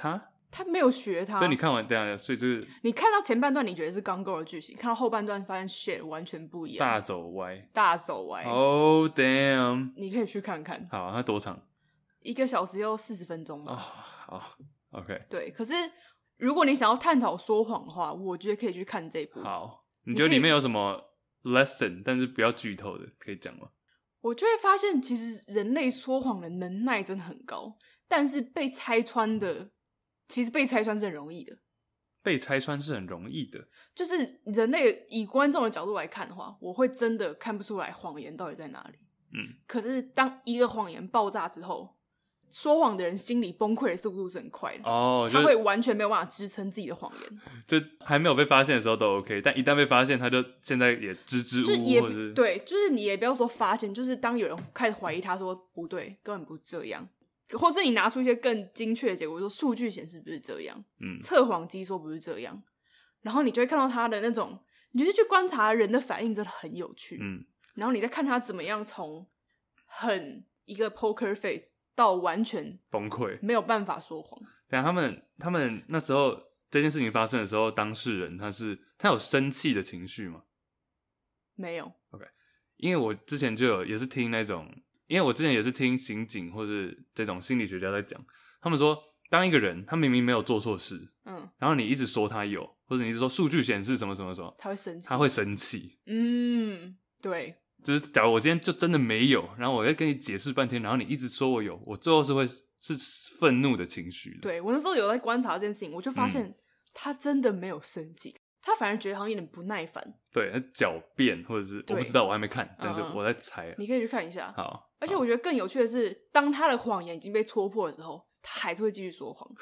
他没有学他， 所以你看完这样，所以就是你看到前半段你觉得是刚够的剧情，看到后半段发现 shit 完全不一样， 大走歪。 Oh damn！ 你可以去看看。 好，它多长 ？1个小时又40分钟吧。 好 ，OK。 对，可是如果你想要探讨说谎的话，我觉得可以去看这部。 好，你觉得里面有什么 lesson， 但是不要剧透的，可以讲吗？ 我就会发现，其实人类说谎的能耐真的很高，但是被拆穿是很容易的。 被拆穿是很容易的， 就是人类以观众的角度来看的话，我会真的看不出来谎言到底在哪里。可是当一个谎言爆炸之后，说谎的人心理崩溃的速度是很快的他会完全没有办法支撑自己的谎言。 就还没有被发现的时候都 OK， 但一旦被发现，他就现在也支支吾吾，或者是对，就是你也不要说发现，就是当有人开始怀疑他说不对，根本不是这样，或是你拿出一些更精确的结果，说数据显示不是这样，测谎机说不是这样，然后你就会看到他的那种，你就去观察人的反应，真的很有趣。然后你再看他怎么样从很一个 poker face 到完全崩溃，没有办法说谎。 但他们那时候这件事情发生的时候，当事人他有生气的情绪吗？ 没有。 OK， 因为我之前也是听那种，因为我之前也是听刑警或是这种心理学家在讲，他们说当一个人他明明没有做错事，然后你一直说他有，或者你一直说数据显示什么什么什么，他会生气。 对。 就是假如我今天就真的没有，然后我要跟你解释半天，然后你一直说我有，我最后是愤怒的情绪的。 对，我那时候有在观察这件事情，我就发现他真的没有生气，他反而觉得好像有点不耐烦。 对，他狡辩，或者是我不知道，我还没看，但是我在猜。 你可以去看一下。 好， 而且我觉得更有趣的是，当他的谎言已经被戳破的时候，他还是会继续说谎。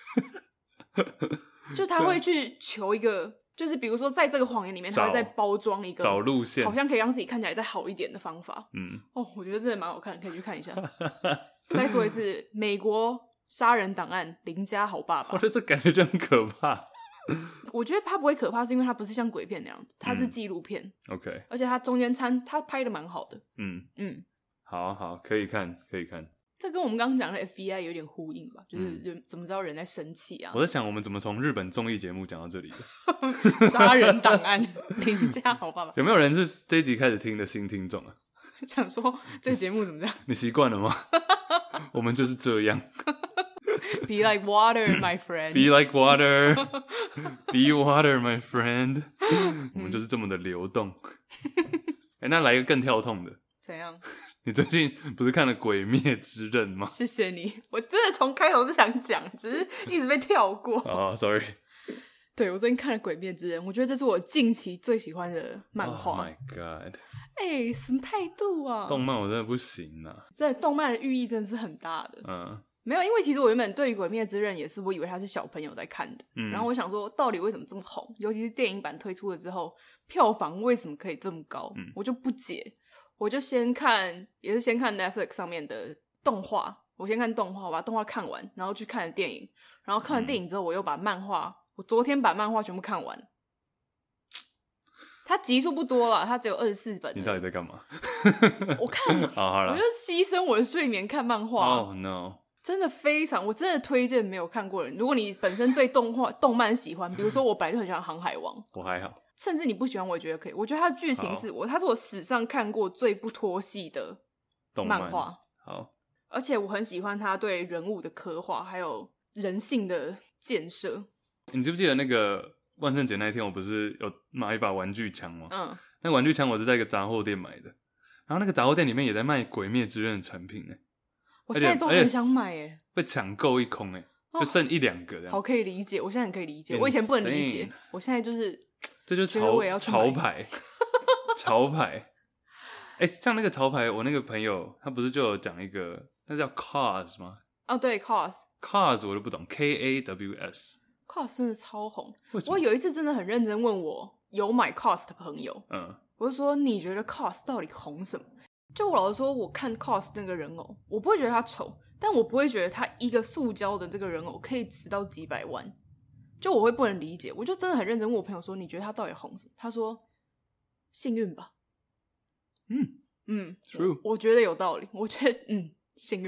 就他会去求一个，就是比如说在这个谎言里面，他会再包装一个找路线， 好像可以让自己看起来再好一点的方法。我觉得真的蛮好看的，可以去看一下。再说一次，美国杀人档案邻家好爸爸， 我觉得这感觉就很可怕。 我觉得它不会可怕，是因为它不是像鬼片那样子，它是纪录片。 OK， 而且它中间它拍的蛮好的。 好，可以看。 这跟我们刚刚讲的 FBI 有点呼应吧，就是怎么知道人在生气啊？ 我在想，我们怎么从日本综艺节目讲到这里的？ 杀人档案，邻家好爸爸。 有没有人是这一集开始听的新听众啊？ 想说这个节目怎么这样？ 你习惯了吗？我们就是这样。 Be like water, my friend. Be like water. Be water, my friend. 我们就是这么的流动。那来一个更跳痛的。 怎样？ 你最近不是看了《鬼灭之刃》吗？ 谢谢你，我真的从开头就想讲，只是一直被跳过。 sorry。 对，我最近看了《鬼灭之刃》，我觉得这是我近期最喜欢的漫画。 Oh my god！ 什么态度啊？ 动漫我真的不行啊！ 这动漫的寓意真的是很大的。没有，因为其实我原本对于《鬼灭之刃》也是我以为他是小朋友在看的，然后我想说到底为什么这么红，尤其是电影版推出了之后，票房为什么可以这么高？我就不解。我就先看 Netflix 上面的动画，我先看动画，我把动画看完，然后去看了电影，然后看完电影之后，我又把漫画，我昨天把漫画全部看完。它集数不多啦，它只有24本。 你到底在干嘛？ 我看， 好了， 我就牺牲我的睡眠看漫画。 Oh no！ 真的非常，我真的推荐没有看过的人。如果你本身对动漫喜欢，比如说我本来就很喜欢《航海王》， 我还好。 甚至你不喜欢，我也觉得可以。我觉得它的剧情它是我史上看过最不拖戏的漫画。 好， 而且我很喜欢它对人物的刻画，还有人性的建设。 你记不记得那个万圣节那一天，我不是有买一把玩具枪吗？那个玩具枪我是在一个杂货店买的，然后那个杂货店里面也在卖《鬼灭之刃》的产品耶。 我现在都很想买耶， 被抢购一空耶，就剩1-2个这样。 好，可以理解，我现在很可以理解。我以前不能理解，我现在这就是潮牌，潮牌。像那个潮牌，我那个朋友他不是就有讲一个，那叫 KAWS 吗？ 对 KAWS 我都不懂 KAWS。 KAWS 真的超红。我有一次真的很认真问我有买 KAWS 的朋友，我就说你觉得 KAWS 到底红什么？就我老实说，我看 KAWS 那个人偶，我不会觉得他丑，但我不会觉得他一个塑胶的这个人偶可以值到几百万。就我会不能理解，我就真的很认真问我朋友说，你觉得他到底红什么？他说幸运吧。 True。 我觉得有道理，我觉得幸运吧。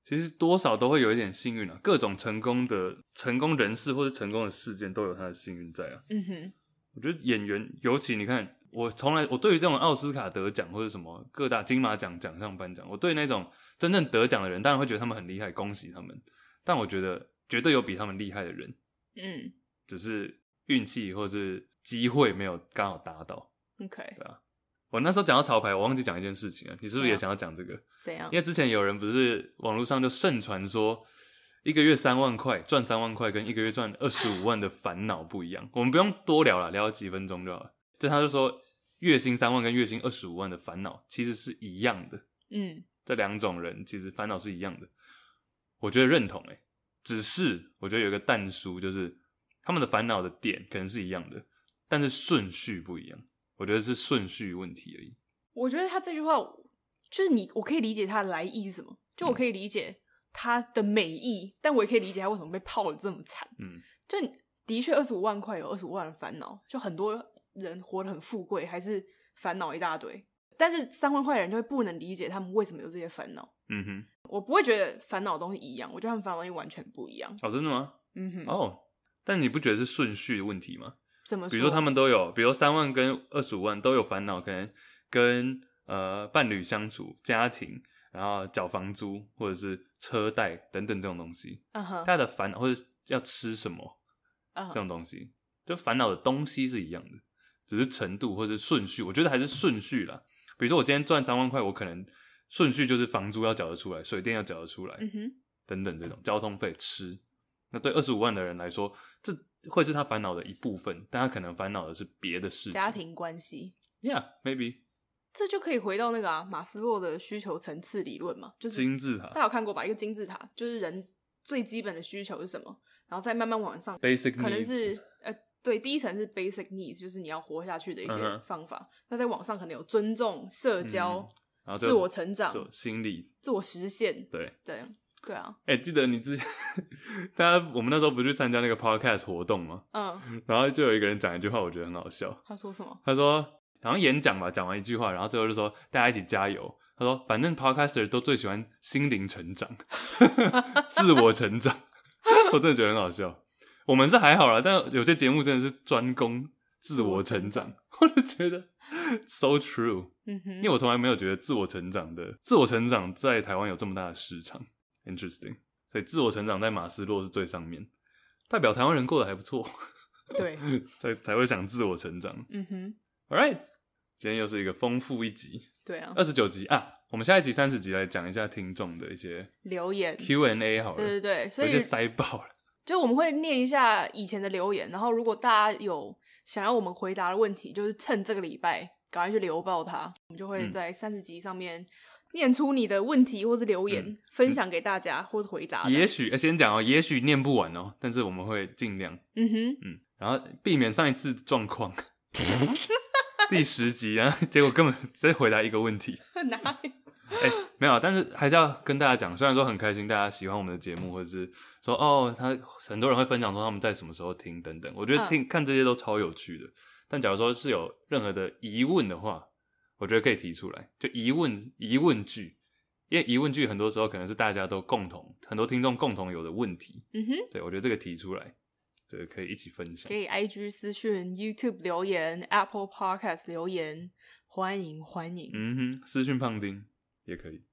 其实多少都会有一点幸运啊，各种成功人士或是成功的事件都有他的幸运在啊。我觉得演员，尤其你看，我对于这种奥斯卡得奖或者什么各大金马奖奖项颁奖，我对那种真正得奖的人，当然会觉得他们很厉害，恭喜他们。但我觉得绝对有比他们厉害的人，只是运气或是机会没有刚好达到。 OK， 对啊。我那时候讲到潮牌，我忘记讲一件事情了，你是不是也想要讲这个？ 怎样？ 因为之前有人不是网络上就盛传说，一个月3万块赚3万块，跟一个月赚25万的烦恼不一样。我们不用多聊了，聊几分钟就好了。就他就说，月薪3万跟月薪25万的烦恼其实是一样的。这两种人其实烦恼是一样的。我觉得认同只是我觉得有一个但书，就是他们的烦恼的点可能是一样的，但是顺序不一样。我觉得是顺序问题而已。 我觉得他这句话就是我可以理解他的来意是什么，就我可以理解他的美意，但我也可以理解他为什么被泡得这么惨。就的确25万块有25万的烦恼，就很多人活得很富贵，还是烦恼一大堆。但是3万块的人就会不能理解他们为什么有这些烦恼。我不会觉得烦恼的东西一样，我觉得他们烦恼的东西完全不一样。 哦，真的吗？但你不觉得是顺序的问题吗？ 怎么说？ 比如说他们都有，比如3万跟25万都有烦恼，可能跟伴侣相处、家庭，然后缴房租或者是车贷等等这种东西，大家的烦恼或者要吃什么这种东西，就烦恼的东西是一样的，只是程度或者是顺序。我觉得还是顺序啦。比如说我今天赚3万块，我可能顺序就是房租要缴得出来，水电要缴得出来，等等这种交通费、吃。那对25万的人来说，这会是他烦恼的一部分，但他可能烦恼的是别的事情， 家庭关系。 Yeah, maybe。 这就可以回到那个马斯洛的需求层次理论嘛，就是金字塔， 大家有看过吧？一个金字塔就是人最基本的需求是什么，然后再慢慢往上 ，basic needs， 可能是对，第一层是 basic needs， 就是你要活下去的一些方法。那在往上可能有尊重、社交、然后自我成长、 心理、 自我实现。对啊。 记得你之前我们那时候不去参加那个 podcast 活动吗？然后就有一个人讲一句话，我觉得很好笑。 他说什么？ 他说好像演讲吧，讲完一句话，然后最后就说大家一起加油。他说反正 podcaster 都最喜欢心灵成长自我成长。我真的觉得很好笑。我们是还好啦，但有些节目真的是专攻自我成长，我就觉得 so true。因为我从来没有觉得自我成长在台湾有这么大的市场。Interesting， 所以自我成长在马斯洛是最上面，代表台湾人过得还不错， 对， 才会想自我成长。Alright， 今天又是一个丰富一集， 对啊 ，29集啊，我们下一集30集来讲一下听众的一些留言 Q&A 好了， 对，所以有些塞爆了， 就我们会念一下以前的留言，然后如果大家有想要我们回答的问题，就是趁这个礼拜赶快去留爆它，我们就会在30集上面念出你的问题或是留言，分享给大家或是回答。 也许先讲也许念不完但是我们会尽量。然后避免上一次状况。第10集啊，结果根本直接回答一个问题。 哪里？ 没有，但是还是要跟大家讲，虽然说很开心大家喜欢我们的节目，或者是说很多人会分享说他们在什么时候听等等，我觉得看这些都超有趣的。但假如说是有任何的疑问的话，我觉得可以提出来，就疑问句，因为疑问句很多时候可能是大家都很多听众共同有的问题。对，我觉得这个提出来，这个可以一起分享。 可以 IG 私讯、YouTube 留言、Apple Podcast 留言，欢迎。 私讯胖丁也可以。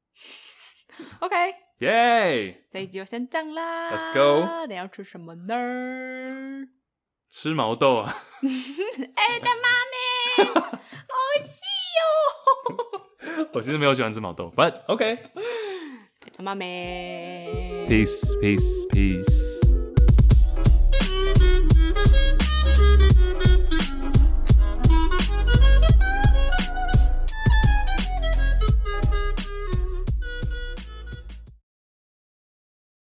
OK， 耶！ 这一集就先这样啦 ，Let's go。 你要吃什么呢？ 吃毛豆啊！ 大妈咪，好细哦！ 我其实没有喜欢吃毛豆 ，But OK。 大妈咪 ，Peace。